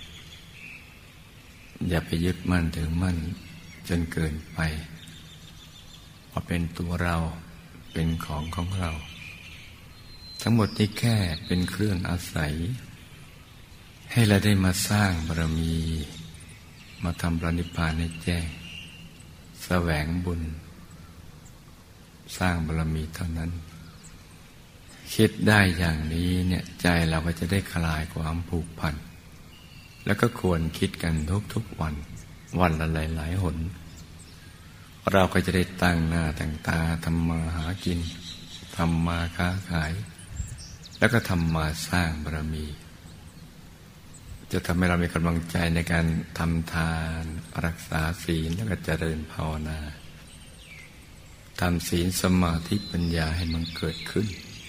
อย่าไปยึดมั่นถือมั่นจนเกินไปว่าเป็นตัวเราเป็นของเราทั้งหมดนี้แค่เป็นเครื่องอาศัยให้เราได้มาสร้างบารมีมาทำพระนิพพานให้แจ้งแสวงบุญสร้างบารมีเท่านั้นคิดได้อย่างนี้เนี่ยใจเราก็จะได้คลายความผูกพันแล้วก็ควรคิดกันทุกวันวันละหลายหนเราก็จะได้ตั้งหน้าตั้งตาทำมาหากินทำมาค้าขายแล้วก็ทำมาสร้างบารมีจะทำให้เรามีกำลังใจในการทำทานรักษาศีลแล้วก็เจริญภาวนาทำศีลสมาธิปัญญาให้มันเกิดขึ้น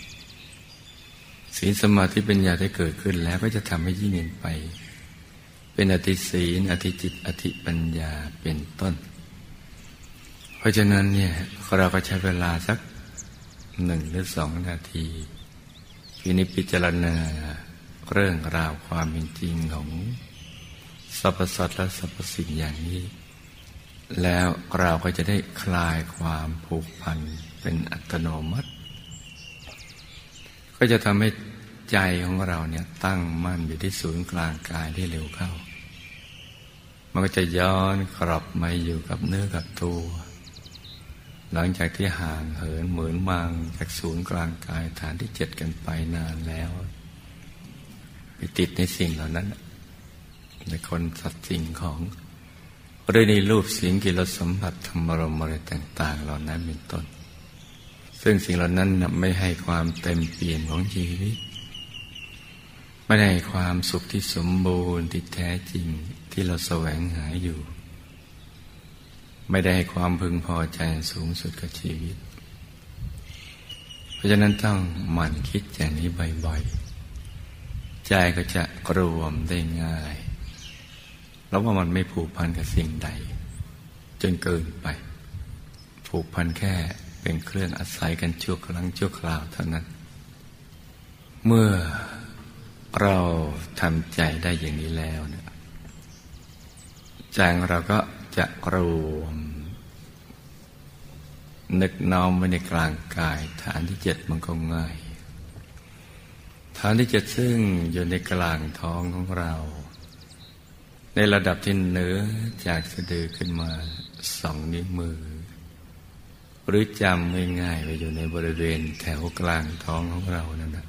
ศีลสมาธิปัญญาที่เกิดขึ้นแล้วก็จะทำให้ยิ่งขึ้นไปเป็นอธิศีลอธิจิตอธิปัญญาเป็นต้นเพราะฉะนั้นเนี่ยเราก็ใช้เวลาสัก 1 หรือ 2 นาทีพิจารณาเรื่องราวความเป็นจริงของสรรพสัตว์และสรรพสิ่งอย่างนี้แล้วเราก็จะได้คลายความผูกพันเป็นอัตโนมัติก็จะทำให้ใจของเราเนี่ยตั้งมั่นอยู่ที่ศูนย์กลางกายได้เร็วเข้ามันก็จะย้อนกลับมาอยู่กับเนื้อกับตัวหลังจากที่ห่างเหินเหมือนมางจากศูนย์กลางกายฐานที่7กันไปนานแล้วไปติดในสิ่งเหล่านั้นในคนสัตว์สิ่งของหรือในรูปเสียงกลิ่นรสสัมผัสธรรมารมณ์อะไรต่างๆเหล่านั้นเป็นต้นซึ่งสิ่งเหล่านั้นไม่ให้ความเต็มเปี่ยมของชีวิตไม่ได้ให้ความสุขที่สมบูรณ์ที่แท้จริงที่เราแสวงหาอยู่ไม่ได้ให้ความพึงพอใจสูงสุดกับชีวิตเพราะฉะนั้นต้องหมั่นคิดอย่างนี้บ่อยๆใจก็จะรวมได้ง่ายแล้วว่ามันไม่ผูกพันกับสิ่งใดจนเกินไปผูกพันแค่เป็นเครื่องอาศัยกันชั่วครั้งชั่วคราวเท่านั้นเมื่อเราทำใจได้อย่างนี้แล้วเนี่ยใจของเราก็จะรวมนึกน้อมไว้ในกลางกายฐานที่7มันก็ง่ายฐานที่7ซึ่งอยู่ในกลางท้องของเราในระดับที่เหนือจากสะดือขึ้นมา2 นิ้วมือหรือจำง่ายๆไว้อยู่ในบริเวณแถวกลางท้องของเรานั่นนะ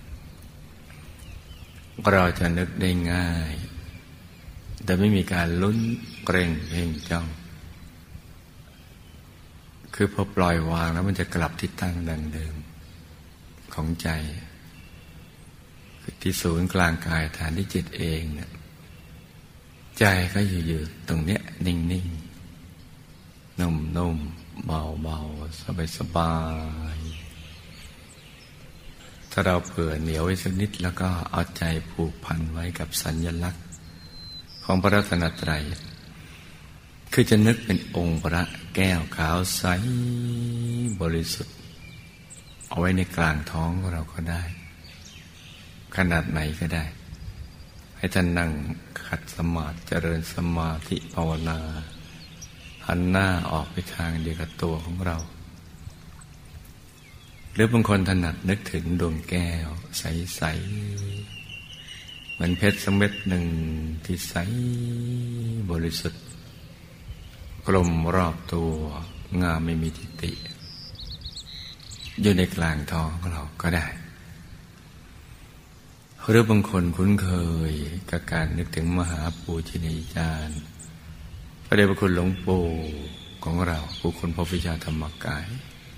เราจะนึกได้ง่ายแต่ไม่มีการลุ้นเกรงเพ่งจ้องคือพอปล่อยวางแล้วมันจะกลับที่ตั้งดังเดิมของใจคือที่ศูนย์กลางกายฐานที่7เองเนี่ยใจก็อยู่ตรงเนี้ยนิ่งๆนุ่มๆเบาๆสบายๆถ้าเราเผื่อเหนียวไว้สักนิดแล้วก็เอาใจผูกพันไว้กับสัญลักษณ์ของพระรัตนตรัยคือจะนึกเป็นองค์พระแก้วขาวใสบริสุทธิ์เอาไว้ในกลางท้องของเราก็ได้ขนาดไหนก็ได้ให้ท่านนั่งขัดสมาธิเจริญสมาธิภาวนาหันหน้าออกไปทางเดียวกับตัวของเราหรือบางคนถนัดนึกถึงดวงแก้วใสๆเหมือนเพชรสักเม็ดหนึ่งที่ใสบริสุทธิ์กลมรอบตัวงามไม่มีทิฏฐิอยู่ในกลางท้องของเราก็ได้หรือบางคนคุ้นเคยกับการนึกถึงมหาปูชนียาจารย์พระเดชพระคุณหลวงปู่ของเราผู้คนพบวิชาธรรมกาย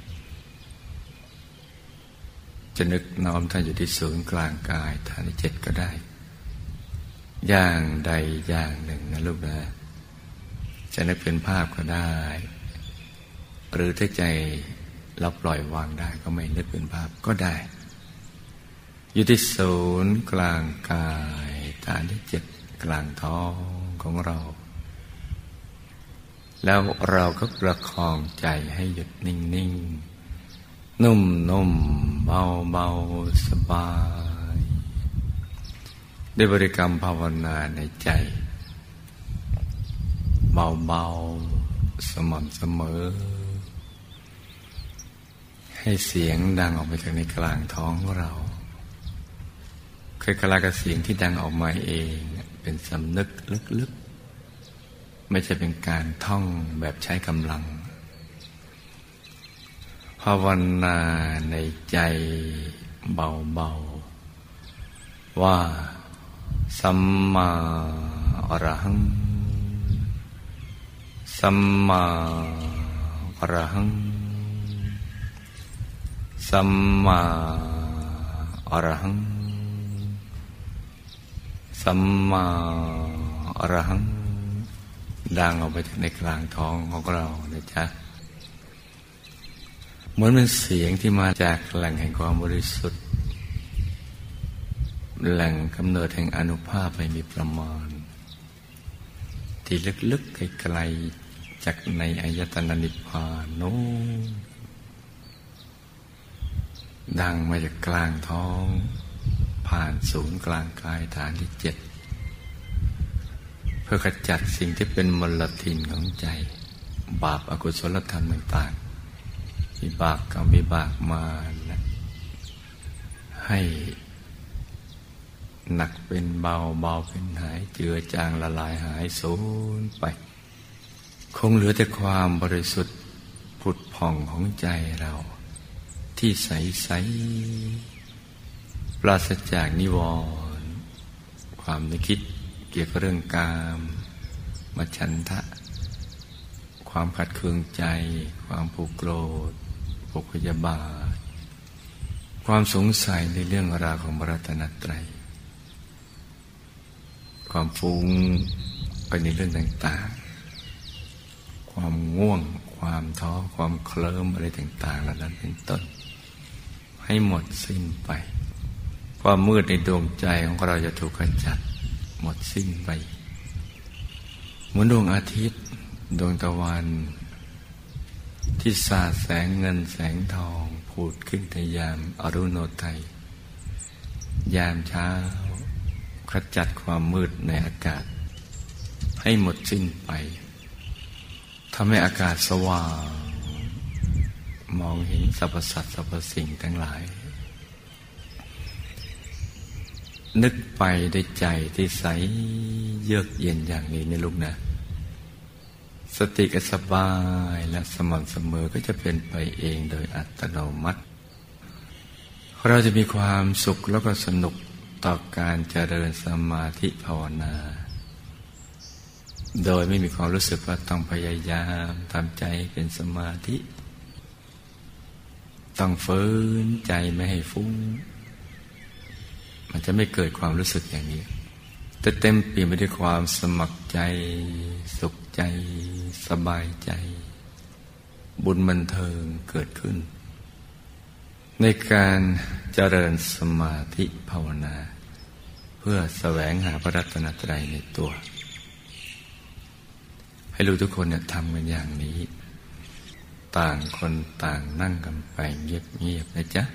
จะนึกน้อมท่านอยู่ที่ศูนย์กลางกายฐานที่7ก็ได้อย่างใดอย่างหนึ่งนะลูกนะจะนึกเป็นภาพก็ได้หรือถ้าใจเราปล่อยวางได้ก็ไม่นึกเป็นภาพก็ได้อยู่ที่ศูนย์กลางกายฐานที่7กลางท้องของเราแล้วเราก็ประคองใจให้หยุดนิ่งๆนุ่มๆเบาๆสบายได้บริกรรมภาวนาในใจเบาๆสม่ำเสมอให้เสียงดังออกไปจากในกลางท้องของเราคล้ายๆกับเสียงที่ดังออกมาเองเป็นสำนึกลึกๆไม่ใช่เป็นการท่องแบบใช้กำลังภาวนาในใจเบาๆว่าสัมมาอรหังสัมมาอรหังสัมมาอรหังสัมมาอรหังดังออกไปจากในกลางท้องของเรานะจ๊ะเหมือนเป็นเสียงที่มาจากแหล่งแห่งความบริสุทธิ์แหล่งกำเนิดแห่งอานุภาพไม่มีประมาณที่ลึกๆไกลๆจากในอายตนะนิพพานโน้ดังมาจากกลางท้องผ่านศูนย์กลางกายฐานที่7 พื่อขจัดสิ่งที่เป็นมลทินของใจบาปอกุศลธรรมต่างๆวิบากกรรมวิบากมานะให้หนักเป็นเบาเบาเป็นหายเจือจางละลายหายสูญไปคงเหลือแต่ความบริสุทธิ์ผุดผ่องของใจเราที่ใสๆปราศจากนิวรณ์ความนึกคิดเกี่ยวกับเรื่องกามมฉันทะความขัดเคืองใจความผูกโกรธผูกพยาบาทความสงสัยในเรื่องราวของพระรัตนตรัยความฟุ้งไปในเรื่องต่างๆความง่วงความท้อความเคลิ้มอะไรต่างๆเหล่านั้นเป็นต้นให้หมดสิ้นไปความมืดในดวงใจของเราจะถูกขจัดหมดสิ้นไปเหมือนดวงอาทิตย์ดวงตะวันที่สาดแสงเงินแสงทองผุดขึ้นในยามอรุณโนไทยยามเช้าขจัดความมืดในอากาศให้หมดสิ้นไปทำให้อากาศสว่างมองเห็นสรรพสัตว์สรรพสิ่งทั้งหลายนึกไปในใจที่ใสเยือกเย็นอย่างนี้นะลูกนะสติก็สบายและสม่ำเสมอก็จะเป็นไปเองโดยอัตโนมัติเราจะมีความสุขแล้วก็สนุกต่อการเจริญสมาธิภาวนาโดยไม่มีความรู้สึกว่าต้องพยายามทำใจเป็นสมาธิต้องฝืนใจไม่ให้ฟุ้งมันจะไม่เกิดความรู้สึกอย่างนี้แต่เต็มเปี่ยมไปด้วยความสมัครใจสุขใจสบายใจบุญบันเทิงเกิดขึ้นในการเจริญสมาธิภาวนาเพื่อแสวงหาพระรัตนตรัยในตัวให้รู้ทุกคนทำกันอย่างนี้ต่างคนต่างนั่งกันไปเงียบๆนะจ๊ะ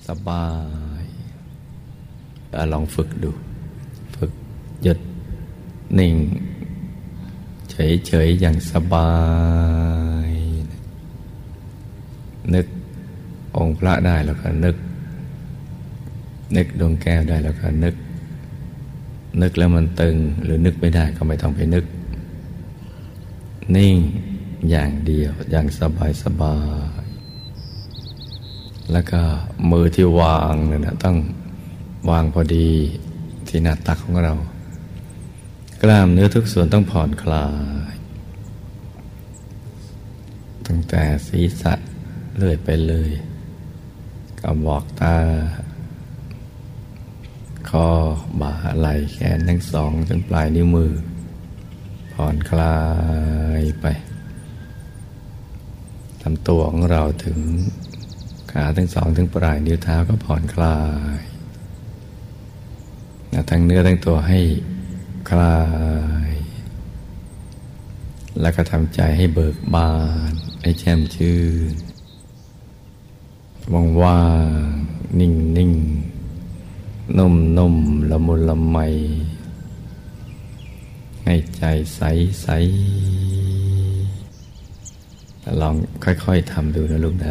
สบายลองฝึกดูฝึกหยุดนิ่งเฉยๆอย่างสบายนึกองค์พระได้แล้วก็นึกดวงแก้วได้แล้วก็นึกแล้วมันตึงหรือนึกไม่ได้ก็ไม่ต้องไปนึกนิ่งอย่างเดียวอย่างสบายแล้วก็มือที่วางเนี่ยนะต้องวางพอดีที่หน้าตักของเรากล้ามเนื้อทุกส่วนต้องผ่อนคลายตั้งแต่ศีรษะเลื่อยไปเลยกระบอกตาคอบ่าไหล่แขนทั้งสองจนปลายนิ้วมือผ่อนคลายไปลำตัวของเราถึงขาทั้งสองถึงปลายนิ้วเท้าก็ผ่อนคลายทั้งเนื้อทั้งตัวให้คลายแล้วก็ทำใจให้เบิกบานให้แช่มชื่นว่างๆนิ่งๆนุ่มๆละมุนละไมให้ใจใสๆลองค่อยๆทำดูนะลูกนะ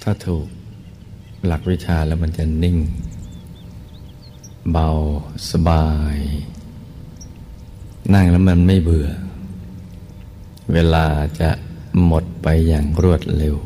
ถ้าถูกหลักวิชาแล้วมันจะนิ่งเบาสบาย นั่งแล้วมันไม่เบื่อ เวลาจะหมดไปอย่างรวดเร็ว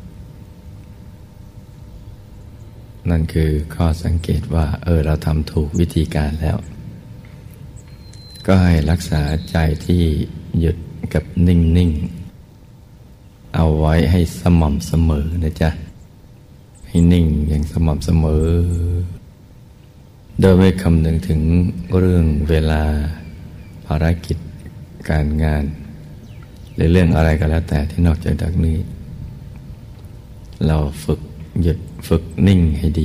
นั่นคือข้อสังเกตว่าเราทำถูกวิธีการแล้ว ก็ให้รักษาใจที่หยุดกับนิ่งๆเอาไว้ให้สม่ำเสมอนะจ๊ะให้นิ่งอย่างสม่ำเสมอโดยไม่คำนึงถึงเรื่องเวลาภารกิจการงานหรือเรื่องอะไรก็แล้วแต่ที่นอกจากนี้เราฝึกหยุดฝึกนิ่งให้ดี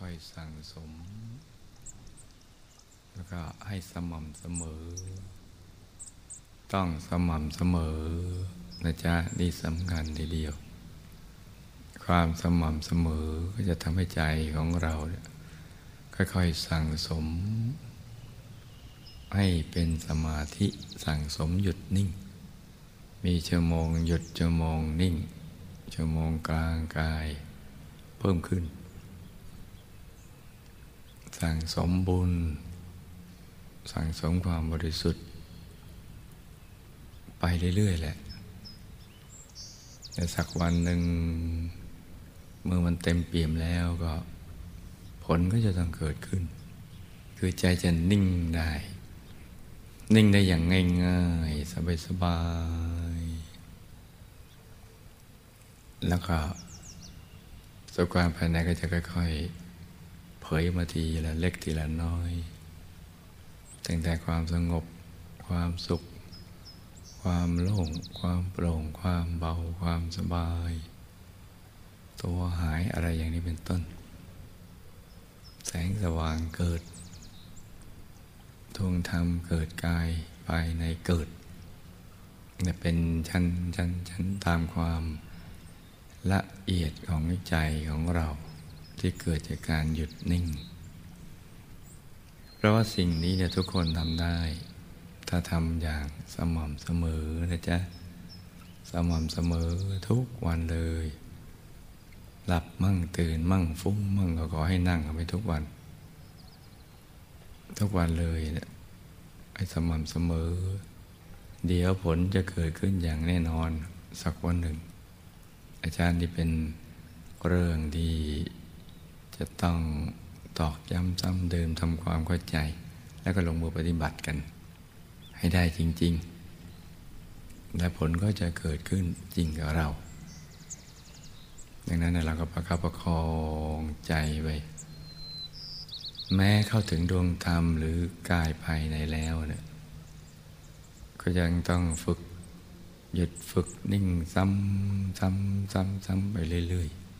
อยๆสั่งสมแล้วก็ให้สม่ำเสมอต้องสม่ำเสมอนะจ๊ะนี่สำคัญทีเดียวความสม่ำเสมอก็จะทำให้ใจของเราเนี่ยค่อยๆสั่งสมให้เป็นสมาธิสั่งสมหยุดนิ่งมีชั่วโมงหยุดชั่วโมงนิ่งชั่วโมงกลางกายเพิ่มขึ้นสั่งสมบุญสั่งสมความบริสุทธิ์ไปเรื่อยๆแหละแต่สักวันหนึ่งเมื่อมันเต็มเปี่ยมแล้วก็ผลก็จะต้องเกิดขึ้นคือใจจะนิ่งได้นิ่งได้อย่างง่ายๆสบายๆแล้วก็สุขภายในก็จะค่อยๆเผยมาทีละเล็กทีละน้อยตั้งแต่ความสงบความสุขความโล่งความโปร่งความเบาความสบายตัวหายอะไรอย่างนี้เป็นต้นแสงสว่างเกิดดวงธรรมเกิดกายภายในเกิดเนี่ยเป็นชั้นตามความละเอียดของใจของเราที่เกิดจากการหยุดนิ่งเพราะว่าสิ่งนี้เนี่ยทุกคนทำได้ถ้าทำอย่างสม่ำเสมอนะจ๊ะสม่ำเสมอทุกวันเลยหลับมั่งตื่นมั่งฟุ้งมั่งก็ขอให้นั่งเอาไปทุกวันเลยเนี่ยให้สม่ำเสมอเดี๋ยวผลจะเกิดขึ้นอย่างแน่นอนสักวันหนึ่งอาจารย์ที่เป็นเรื่องที่จะต้องตอกย้ำซ้ำเดิมทำความเข้าใจแล้วก็ลงมือปฏิบัติกันให้ได้จริงๆและผลก็จะเกิดขึ้นจริงกับเราดังนั้นเราก็ประคับประคองใจไว้แม้เข้าถึงดวงธรรมหรือกายภายในแล้วเนี่ยก็ยังต้องฝึกหยุดฝึกนิ่งซ้ำไปเรื่อยๆ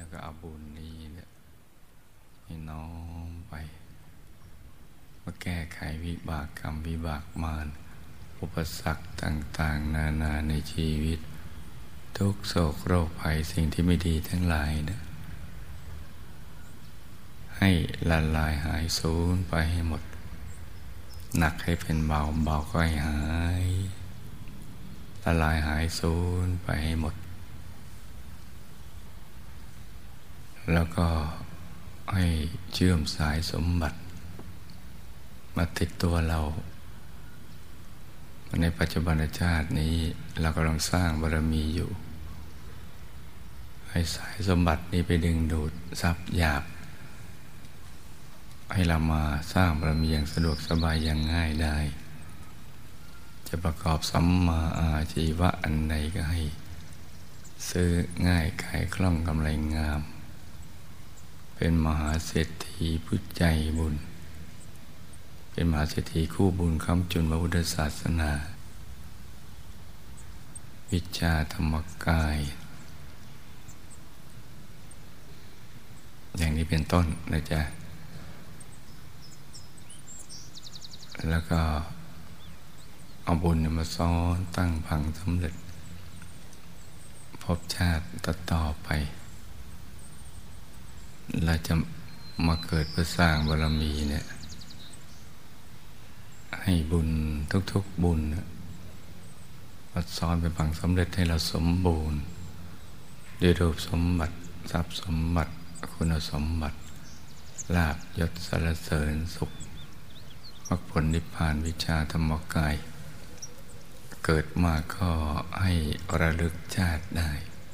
แล้วก็เอาบุญนี้เนี่ยให้น้อมไปมาแก้ไขวิบากกรรมวิบากมารอุปสรรคต่างๆนานาในชีวิตทุกโศกโรคภัยสิ่งที่ไม่ดีทั้งหลายนะให้ละลายหายสูญไปให้หมดหนักให้เป็นเบาเบาก็ให้หายละลายหายสูญไปให้หมดแล้วก็ให้เชื่อมสายสมบัติมาติดตัวเราในปัจจุบันชาตินี้เรากำลังสร้างบารมีอยู่ให้สายสมบัตินี้ไปดึงดูดทรัพย์หยาบให้เรามาสร้างบารมีอย่างสะดวกสบายอย่างง่ายได้จะประกอบสัมมาอาชีวะอันใดก็ให้ซื้อง่ายขายคล่องกำไรงามเป็นมหาเศรษฐีผู้ใจบุญเป็นมหาเศรษฐีคู่บุญค้ำจุนพระพุทธศาสนาวิชาธรรมกายอย่างนี้เป็นต้นนะจ๊ะแล้วก็เอาบุญมาซ้อนตั้งพังสำเร็จภพชาติต่อไปเราจะมาเกิดเพื่อสร้างบารมีเนี่ยให้บุญทุกๆบุญมาซ้อนเป็นพังสำเร็จให้เราสมบูรณ์ด้วยรูปสมบัติทรัพย์สมบัติคุณสมบัติลาภยศสรรเสริญสุขมรรคผลนิพพานวิชาธรรมกายเกิดมาก็ให้ระลึกชาติได้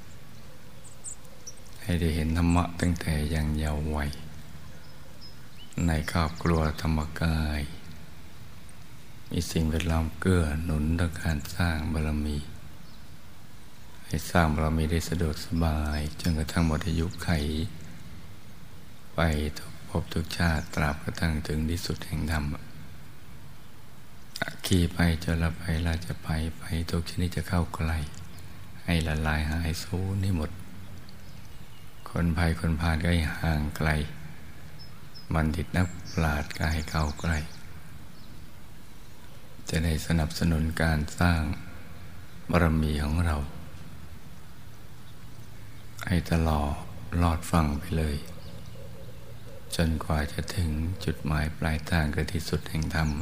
ให้ได้เห็นธรรมะตั้งแต่ยังเยาว์วัยในครอบครัวธรรมกายมีสิ่งแวดล้อมเกื้อหนุนต่อการสร้างบารมีให้สร้างบารมีได้สะดวกสบายจนกระทั่งหมดอายุไขไปทุกภพทุกชาติตราบกระทั่งถึงที่สุดแห่งธรรมขี่ไปจนละไปเราจะไปทุกชนิดจะเข้าใกล้ให้ละลายหายสูญให้หมดคนภัยคนพาลก็ให้ห่างไกลบัณฑิตนักปราชญ์ก็ให้เข้าใกล้จะได้สนับสนุนการสร้างบารมีของเราให้ตลอดลอดฟังไปเลยจนกว่าจะถึงจุดหมายปลายทางคือที่สุดแห่งธรรม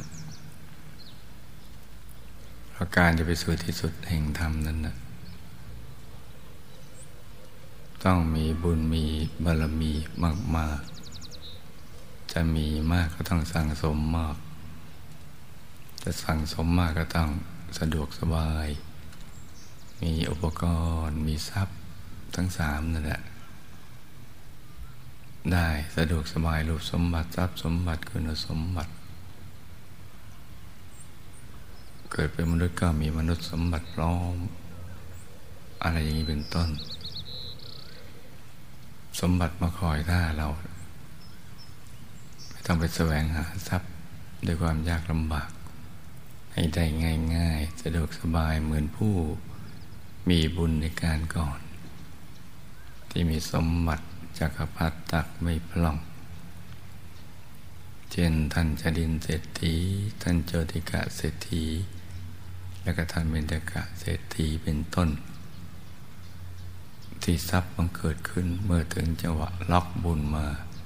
เพราะการจะไปสู่ที่สุดแห่งธรรมนั้นนะต้องมีบุญมีบารมีมากๆจะมีมากก็ต้องสั่งสมมากจะสั่งสมมากก็ต้องสะดวกสบายมีอุปกรณ์มีทรัพย์ทั้งสามนั่นแหละได้สะดวกสบายรูปสมบัติทรัพย์สมบัติคุณสมบัติเกิดเป็นมนุษย์ก็มีมนุษย์สมบัติพร้อมอะไรอย่างนี้เป็นต้นสมบัติมาคอยท่าเราไม่ต้องไปแสวงหาทรัพย์ด้วยความยากลำบากให้ได้ง่ายๆสะดวกสบายเหมือนผู้มีบุญในการก่อนที่มีสมบัติจักรพรรดิตักไม่พร่องเช่นท่านจดินเศรษฐีท่านโจติกะเศรษฐีและก็ท่านเบญจกะเศรษฐีเป็นต้นที่ทรัพย์บังเกิดขึ้นเมื่อถึงจังหวะล็อกบุญมา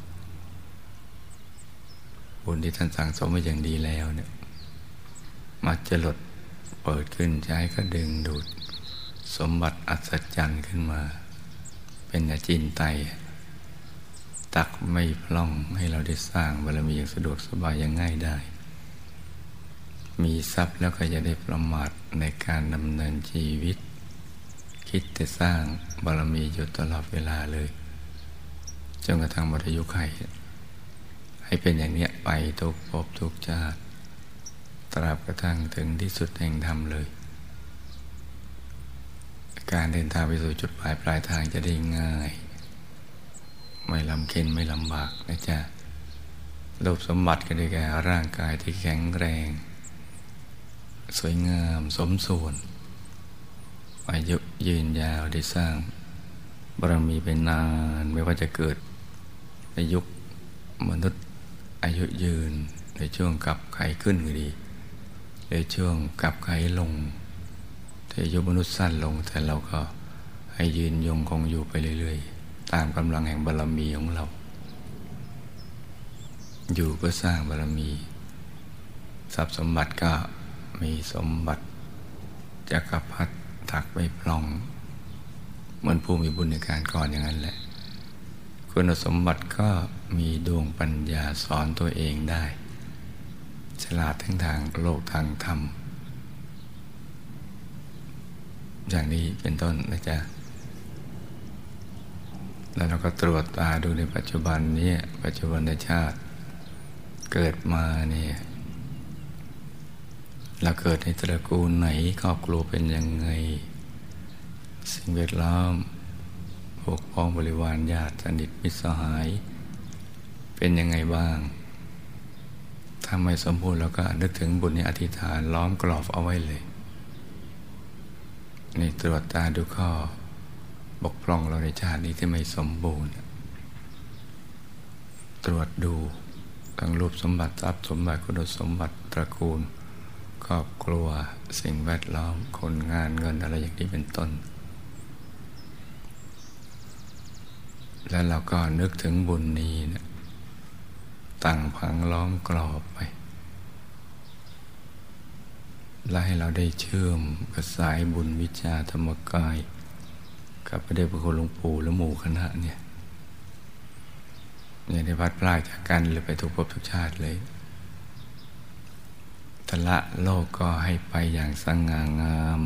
บุญที่ท่านสั่งสมไว้อย่างดีแล้วเนี่ยมาจะหลดเปิดขึ้นใช้ก็ดึงดูดสมบัติอัศจรรย์ขึ้นมาเป็นอจินไตยตักไม่พร่องให้เราได้สร้างบารมีอย่างสะดวกสบายอย่างง่ายได้มีทรัพย์แล้วก็จะได้ประมาทในการดำเนินชีวิตคิดแต่สร้างบารมีอยู่ตลอดเวลาเลยจนกระทั่งหมดอายุขัยให้เป็นอย่างนี้ไปทุกภพทุกชาติตราบกระทั่งถึงที่สุดแห่งธรรมเลยการเดินทางไปสู่จุดหมายปลายทางจะได้ง่ายไม่ลำเค็ญไม่ลำบากนะจ๊ะรูปสมบัติก็ได้แก่ร่างกายที่แข็งแรงสวยงามสมส่วนอายุยืนยาวได้สร้างบารมีไปนานไม่ว่าจะเกิดในยุคมนุษย์อายุยืนในช่วงกลับไขขึ้นก็ดีในช่วงกลับไขลงแต่อายุมนุษย์สั้นลงแต่เราก็ให้ยืนยงคงอยู่ไปเรื่อยๆตามกำลังแห่งบารมีของเราอยู่เพื่อสร้างบารมีทรัพย์สมบัติก็มีสมบัติจักรพรรดิตักไม่พร่องเหมือนผู้มีบุญในการก่อนอย่างนั้นแหละคุณสมบัติก็มีดวงปัญญาสอนตัวเองได้ฉลาดทั้งทางโลกทางธรรมอย่างนี้เป็นต้นนะจ๊ะแล้วเราก็ตรวจตาดูในปัจจุบันนี้ปัจจุบันชาติเกิดมาเนี่ยเราเกิดในตระกูลไหนครอบครัวเป็นยังไงสิ่งแวดล้อมพวกพ้องบริวารญาติสนิทมิตรสหายเป็นยังไงบ้างถ้าไม่สมบูรณ์เราก็นึกถึงบุญในอธิษฐานล้อมกรอบเอาไว้เลยนี่ตรวจตาดูข้อบกพร่องเราในชาตินี้ที่ไม่สมบูรณ์ตรวจดูทั้งรูปสมบัติทรัพย์สมบัติคุณสมบัติตระกูลครอบครัวสิ่งแวดล้อมคนงานเงินอะไรอย่างนี้เป็นต้นแล้วเราก็นึกถึงบุญนี้นะตั้งผังล้อมกรอบไปและให้เราได้เชื่อมกับสายบุญวิชาธรรมกายกับพระเดชพระคุณหลวงปู่และหมู่คณะเนี่ยได้พัดพลาดจากกันเลยไปทุกภพทุกชาติเลยทละโลกก็ให้ไปอย่างสง่างาม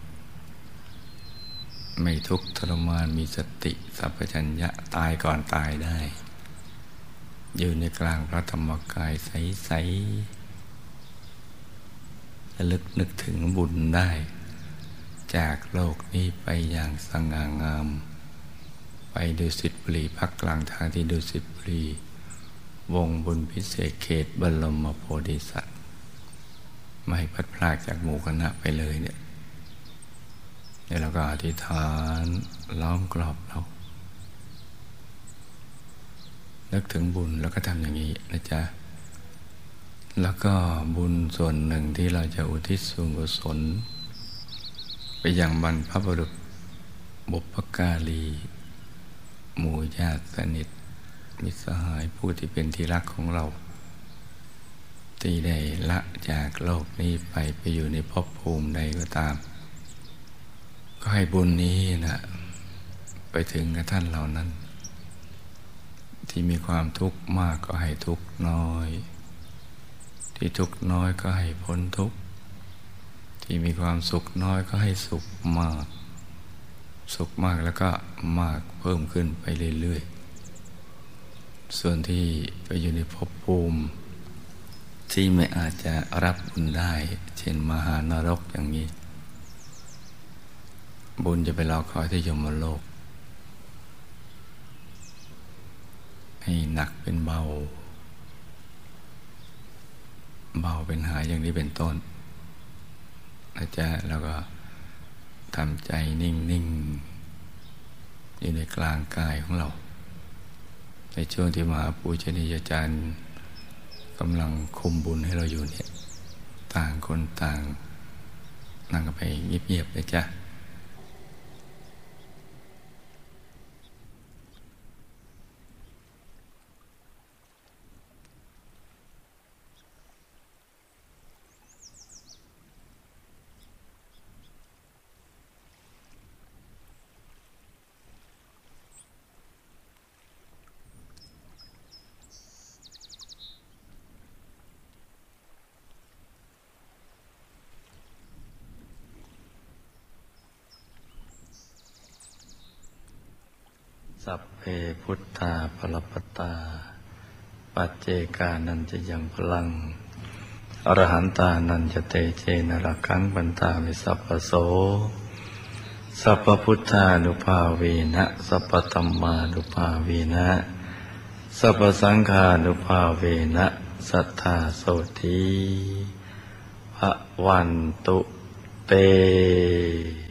ไม่ทุกข์ทรมานมีสติสัพพัญญะตายก่อนตายได้อยู่ในกลางพระธรรมกายใสๆระลึกนึกถึงบุญได้จากโลกนี้ไปอย่างสง่างามไปดุสิตบุรีพักกลางทางที่ดุสิตบุรีวงบุญพิเศษเขตบรมโพธิสัตว์ไม่ให้พัดพลาดจากหมู่คณะไปเลยเนี่ยเราก็อธิษฐานล้อมกรอบเรานึกถึงบุญแล้วก็ทำอย่างนี้นะจ๊ะแล้วก็บุญส่วนหนึ่งที่เราจะอุทิศส่วนกุศลไปยังบรรพบุรุษบุพการีหมู่ญาติสนิทมิตรสหายผู้ที่เป็นที่รักของเราที่ได้ละจากโลกนี้ไปอยู่ในภพภูมิใดก็ตามก็ให้บุญนี้นะไปถึงกับท่านเหล่านั้นที่มีความทุกข์มากก็ให้ทุกข์น้อยที่ทุกข์น้อยก็ให้พ้นทุกข์ที่มีความสุขน้อยก็ให้สุขมากสุขมากแล้วก็มากเพิ่มขึ้นไปเรื่อยๆส่วนที่ไปอยู่ในภพภูมิที่ไม่อาจจะรับบุญได้เช่นมหานรกอย่างนี้บุญจะไปรอคอยที่ยมโลกให้หนักเป็นเบาเบาเป็นหายอย่างนี้เป็นต้นนะจ๊ะแล้วก็ทำใจนิ่งๆอยู่ในกลางกายของเราในช่วงที่มหาปูชนียาจารย์กำลังคุมบุญให้เราอยู่เนี่ยต่างคนต่างนั่งกันไปเงียบๆเลยจ้ะสัพเพพุทธาภลปตาปัจเจกานันจะยังพลังอรหันตานันจะเตเจนรักขังปันตาวิสัพพโสสัพพพุทธานุภาเวนะสัพพธัมมานุภาเวนะสัพพสังฆานุภาเวนะสัทธาโสธีภวันตุเต